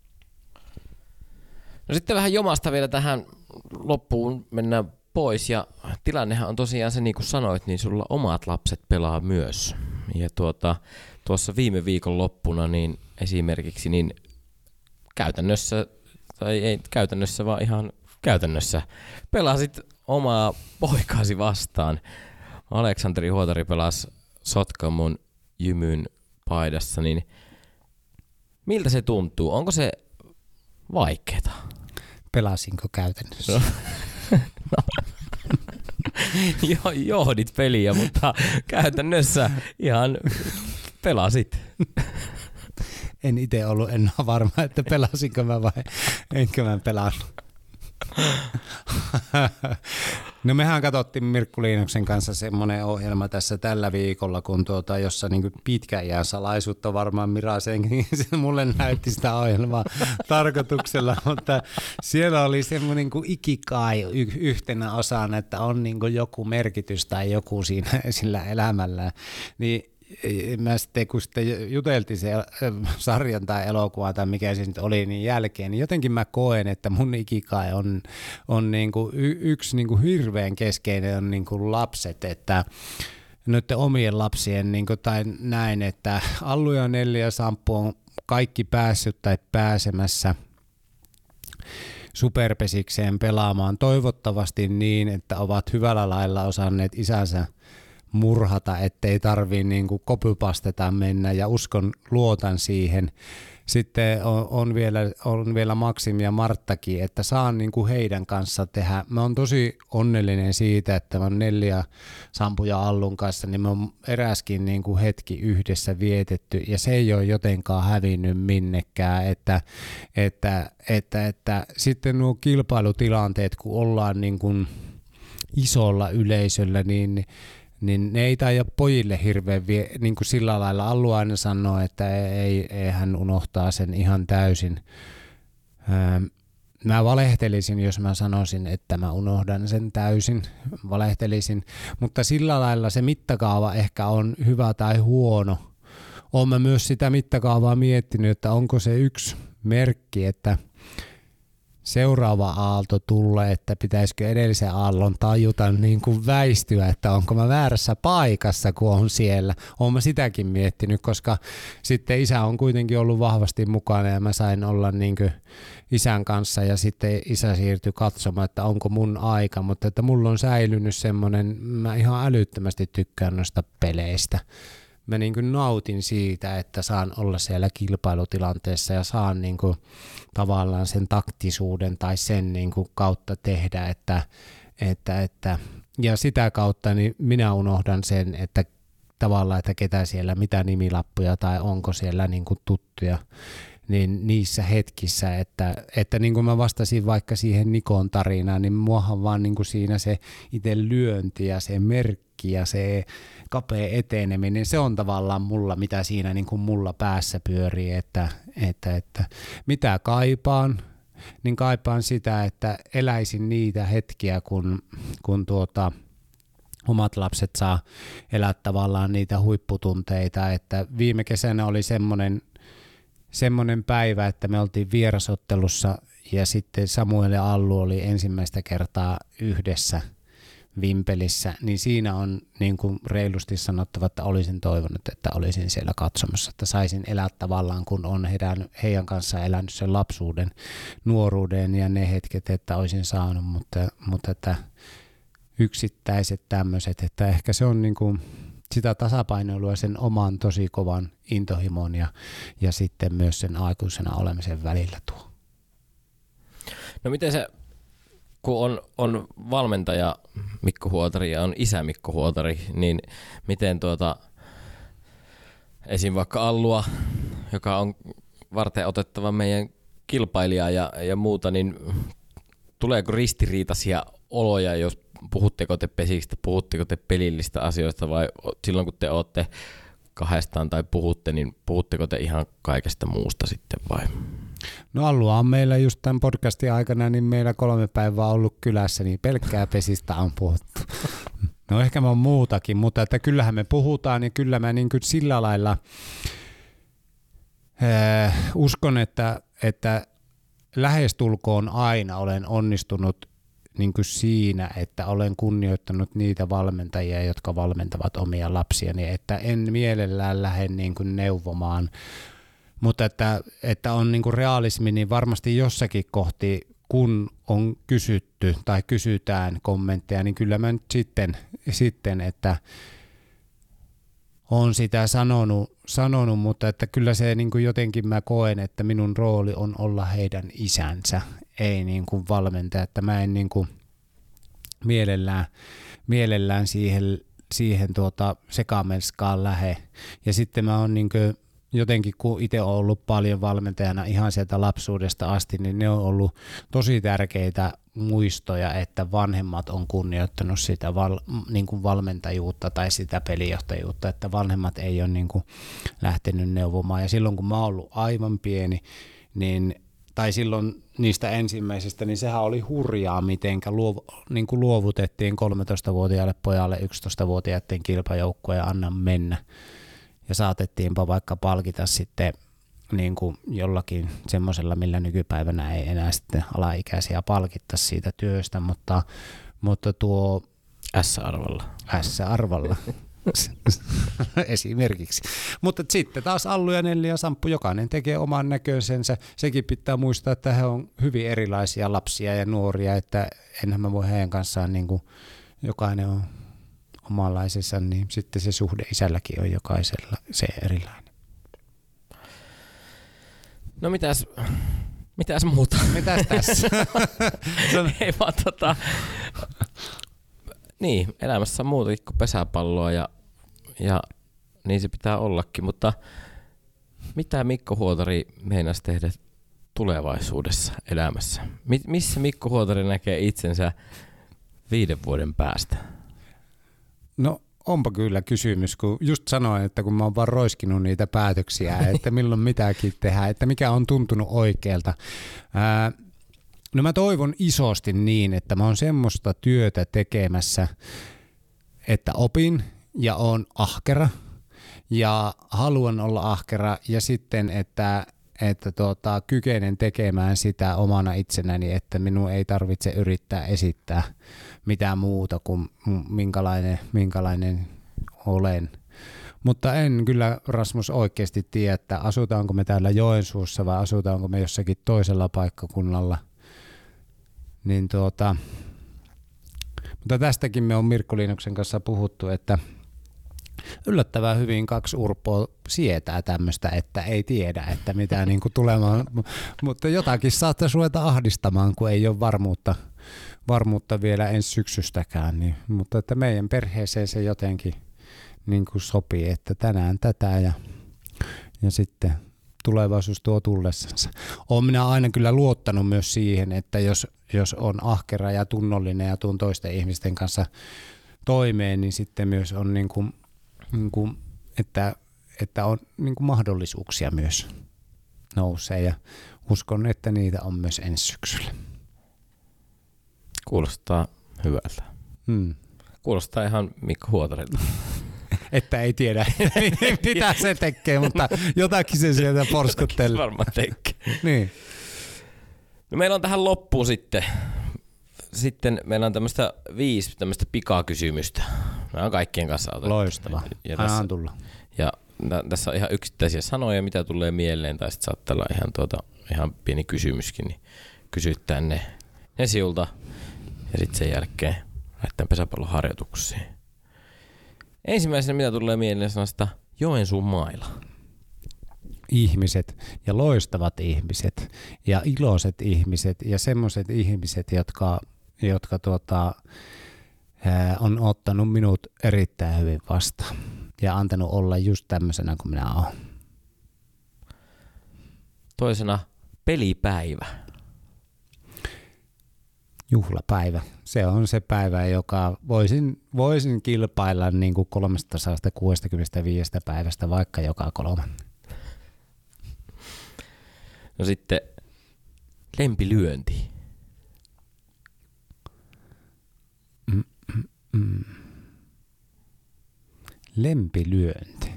No sitten vähän jomasta vielä tähän loppuun mennään pois ja tilannehan on tosiaan se niin kuin sanoit, niin sulla omat lapset pelaa myös. Ja tuota, tuossa viime viikon loppuna niin esimerkiksi niin käytännössä, tai ei käytännössä vaan ihan käytännössä, pelasit omaa poikaasi vastaan. Aleksanteri Huotari pelasi Sotkamon Jymyn paidassa, niin miltä se tuntuu? Onko se vaikeeta? Pelasinko käytännössä? No. No. Jo, johdit peliä, mutta käytännössä ihan pelasit. En itse ollut enää varma, että pelasinko mä vai enkö mä pelannut. No mehän katsottiin Mirkku Liinoksen kanssa semmoinen ohjelma tässä tällä viikolla, kun tuota, jossa niin pitkä iän salaisuutta varmaan Mira senkin, se mulle näytti sitä ohjelmaa tarkoituksella, mutta siellä oli semmoinen kuin ikikai yhtenä osana, että on niin joku merkitys tai joku siinä sillä elämällä, niin mä sitten, kun sitten juteltiin se sarjan tai elokuva tai mikä se nyt oli niin jälkeen, niin jotenkin mä koen, että mun ikikai on, on niin kuin y- yksi niin kuin hirveän keskeinen on niin kuin lapset, että noiden omien lapsien niin kuin, tai näin, että Allu ja Nelli ja Samppu on kaikki päässyt tai pääsemässä superpesikseen pelaamaan toivottavasti niin, että ovat hyvällä lailla osanneet isänsä murhata, ettei tarvii niin kuin copypasteta mennä ja uskon, luotan siihen. Sitten on, on, vielä, on vielä Maksim ja Marttakin, että saan niin kuin heidän kanssa tehdä. Mä oon tosi onnellinen siitä, että mä oon Nelli ja Sampu ja Allun kanssa, niin me on eräskin niin kuin hetki yhdessä vietetty ja se ei ole jotenkaan hävinnyt minnekään, että, että, että, että sitten nuo kilpailutilanteet, kun ollaan niin kuin isolla yleisöllä, niin niin ne ei taida pojille hirveän vie, niin kuin sillä lailla. Allu aina sanoo, että ei, ei hän unohtaa sen ihan täysin. Öö, mä valehtelisin, jos mä sanoisin, että mä unohdan sen täysin. Valehtelisin, mutta sillä lailla se mittakaava ehkä on hyvä tai huono. Oon mä myös sitä mittakaavaa miettinyt, että onko se yksi merkki, että seuraava aalto tulee, että pitäisikö edellisen aallon tajuta niin kuin väistyä, että onko mä väärässä paikassa, kun on siellä. Oon mä sitäkin miettinyt, koska sitten isä on kuitenkin ollut vahvasti mukana ja mä sain olla niin kuin isän kanssa ja sitten isä siirtyi katsomaan, että onko mun aika, mutta että mulla on säilynyt semmoinen, mä ihan älyttömästi tykkään noista peleistä. Mä niin kuin nautin siitä, että saan olla siellä kilpailutilanteessa ja saan niin kuin tavallaan sen taktisuuden tai sen niin kuin kautta tehdä, että, että, että, ja sitä kautta niin minä unohdan sen, että tavallaan, että ketä siellä, mitä nimilappuja tai onko siellä niin kuin tuttuja, niin niissä hetkissä, että, että niin kuin mä vastasin vaikka siihen Nikon tarinaan, niin muahan vaan niin kuin siinä se itse lyönti ja se merkki ja se kapea eteneminen, se on tavallaan mulla, mitä siinä niin kuin mulla päässä pyörii, että, että, että mitä kaipaan, niin kaipaan sitä, että eläisin niitä hetkiä, kun, kun tuota, omat lapset saa elää tavallaan niitä huipputunteita, että viime kesänä oli semmoinen, semmoinen päivä, että me oltiin vierasottelussa ja sitten Samuel ja Allu oli ensimmäistä kertaa yhdessä Vimpelissä, niin siinä on niin kuin reilusti sanottava, että olisin toivonut, että olisin siellä katsomassa, että saisin elää tavallaan, kun on heidän, heidän kanssaan elänyt sen lapsuuden, nuoruuden ja ne hetket, että olisin saanut, mutta, mutta että yksittäiset tämmöiset, että ehkä se on niin kuin sitä tasapainoilua sen oman tosi kovan intohimon ja, ja sitten myös sen aikuisena olemisen välillä tuo. No miten se, kun on, on valmentaja Mikko Huotari ja on isä Mikko Huotari, niin miten tuota, esim. Vaikka Allua, joka on varten otettava meidän kilpailija ja, ja muuta, niin tuleeko ristiriitaisia oloja, jos puhutteko te pesistä, puhutteko te pelillistä asioista vai silloin kun te olette kahdestaan tai puhutte, niin puhutteko te ihan kaikesta muusta sitten vai? No Allua on meillä just tämän podcastin aikana, niin meillä kolme päivää ollut kylässä, niin pelkkää pesistä on puhuttu. No ehkä on muutakin, mutta että kyllähän me puhutaan ja kyllä mä niin kuin sillä lailla äh, uskon, että, että lähestulkoon aina olen onnistunut niin kuin siinä, että olen kunnioittanut niitä valmentajia, jotka valmentavat omia lapsiani, että en mielellään lähde niin kuin neuvomaan, mutta että, että on niin kuin realismi, niin varmasti jossakin kohti, kun on kysytty tai kysytään kommentteja, niin kyllä mä nyt sitten, sitten että olen sitä sanonut, sanonut, mutta että kyllä se niin kuin jotenkin mä koen, että minun rooli on olla heidän isänsä, ei niin kuin valmentaja, että mä en niin kuin mielellään, mielellään siihen, siihen tuota sekamelskaan lähe. Ja sitten mä oon niin kuin jotenkin, kun itse olen ollut paljon valmentajana ihan sieltä lapsuudesta asti, niin ne on ollut tosi tärkeitä muistoja, että vanhemmat on kunnioittanut sitä val, niin kuin valmentajuutta tai sitä pelijohtajuutta, että vanhemmat ei ole niin kuin lähtenyt neuvomaan. Ja silloin kun mä oon ollut aivan pieni, niin, tai silloin niistä ensimmäisistä, niin sehän oli hurjaa, mitenkä luov, niin kuin luovutettiin kolmetoistavuotiaalle pojalle yksitoistavuotiaiden kilpajoukkoja ja anna mennä. Ja saatettiinpa vaikka palkita sitten niin kuin jollakin semmoisella, millä nykypäivänä ei enää sitten alaikäisiä palkittaisi siitä työstä, mutta, mutta tuo S-arvalla. S-arvalla esimerkiksi. Mutta sitten taas Allu ja Nelli ja Samppu, jokainen tekee oman näköisensä. Sekin pitää muistaa, että he on hyvin erilaisia lapsia ja nuoria, että enhän mä voi heidän kanssaan, niin kuin jokainen on omanlaisessa, niin sitten se suhde isälläkin on jokaisella se erilainen. No mitäs, mitäs muuta? Mitäs tässä? Ei vaan tota, niin, elämässä on muutakin kuin pesäpalloa ja, ja niin se pitää ollakin, mutta mitä Mikko Huotari meinasi tehdä tulevaisuudessa elämässä? Missä Mikko Huotari näkee itsensä viiden vuoden päästä? No onpa kyllä kysymys, kun just sanoin, että kun mä oon vaan roiskinut niitä päätöksiä, että milloin mitäkin tehdään, että mikä on tuntunut oikealta. Ää, no mä toivon isosti niin, että mä oon semmoista työtä tekemässä, että opin ja oon ahkera ja haluan olla ahkera ja sitten, että että tuota, kykenen tekemään sitä omana itsenäni, että minun ei tarvitse yrittää esittää mitään muuta kuin minkälainen, minkälainen olen. Mutta en kyllä, Rasmus, oikeasti tiedä, että asutaanko me täällä Joensuussa vai asutaanko me jossakin toisella paikkakunnalla. Niin tuota, mutta tästäkin me on Mirkko Liinoksen kanssa puhuttu, että yllättävän hyvin kaksi Urpoa sietää tämmöistä, että ei tiedä, että mitä niin kuin tulemaan, mutta jotakin saattaisi ruveta ahdistamaan, kun ei ole varmuutta, varmuutta vielä ensi syksystäkään. Niin, mutta että meidän perheeseen se jotenkin niin kuin sopii, että tänään tätä ja, ja sitten tulevaisuus tuo tullessansa. Olen minä aina kyllä luottanut myös siihen, että jos, jos on ahkera ja tunnollinen ja tuun toisten ihmisten kanssa toimeen, niin sitten myös on niin kuin Niin kuin, että, että on niin kuin mahdollisuuksia myös nousee ja uskon, että niitä on myös ensi syksyllä. Kuulostaa hyvältä. Hmm. Kuulostaa ihan Mikko Huotarilta. Että ei tiedä, mitä se tekee, mutta jotakin se sieltä porskuttelee. Varmaan tekee. Niin. No meillä on tähän loppuun sitten, sitten meillä on tämmöistä viisi tämmöistä pikakysymystä. Mä oon kaikkien kanssa otettu. Loistava. Ja Anna tässä, tulla. ja tässä on ihan yksittäisiä sanoja, mitä tulee mieleen, tai sitten saattaa olla ihan, tuota, ihan pieni kysymyskin, niin kysyttää ne, ne siulta. Ja sitten sen jälkeen lähdetään pesäpallon harjoituksiin. Ensimmäisenä mitä tulee mieleen sanasta Joensuun maila. Ihmiset ja loistavat ihmiset ja iloiset ihmiset ja semmoiset ihmiset, jotka, jotka tuota, ää, on ottanut minut erittäin hyvin vastaan ja antanut olla just tämmöisenä kuin minä olen. Toisena pelipäivä. Juhlapäivä. Se on se päivä, joka voisin, voisin kilpailla niin kuin kolmesataakuusikymmentäviisi päivästä vaikka joka kolme. No sitten lempilyönti. Mm, mm, mm. Lempilyönti.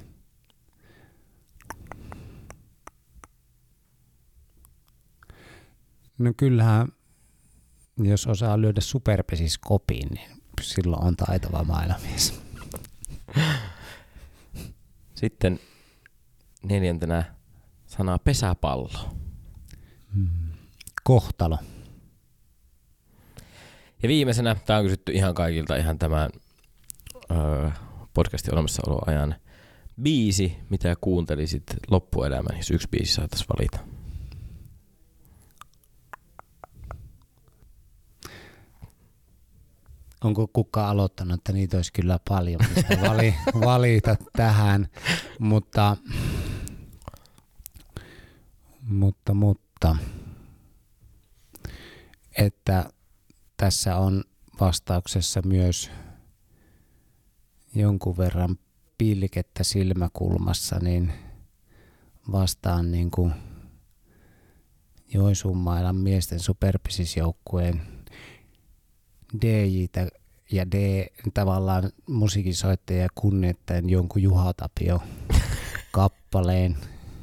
No kyllähän, jos osaa lyödä superpesis kopiin, niin silloin on taitava mailamies. Sitten neljäntenä sana pesäpallo. Hmm. Kohtalo. Ja viimeisenä, tämä on kysytty ihan kaikilta ihan tämän öö, podcastin olemassaoloajan biisi, mitä kuuntelisit loppuelämän, jos yksi biisi saataisiin valita. Onko kukaan aloittanut, että niitä olisi kyllä paljon, mistä vali, valita tähän, mutta, mutta, mutta, että tässä on vastauksessa myös jonkun verran pilkettä silmäkulmassa, niin vastaan niin kuin Joensuun mailan miesten superpisisjoukkueen D J:tä ja D tavallaan musiikinsoittajia kunnioittaen jonkun Juha Tapio kappaleen.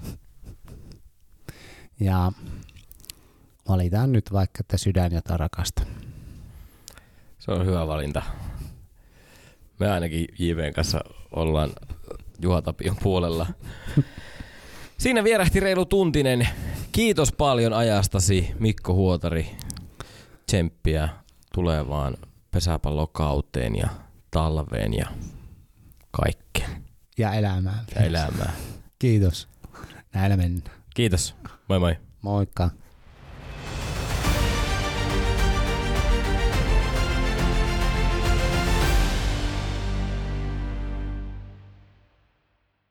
Ja valitaan nyt vaikka, että Sydän, jota rakastan. Se on hyvä valinta. Me ainakin J V:n kanssa ollaan Juha Tapion puolella. Siinä vierähti reilu tuntinen. Kiitos paljon ajastasi, Mikko Huotari. Tsemppiä tulevaan pesäpallokauteen ja talveen ja kaikkeen. Ja elämään. Ja elämään. Kiitos. Näillä mennään. Kiitos. Moi moi. Moikka.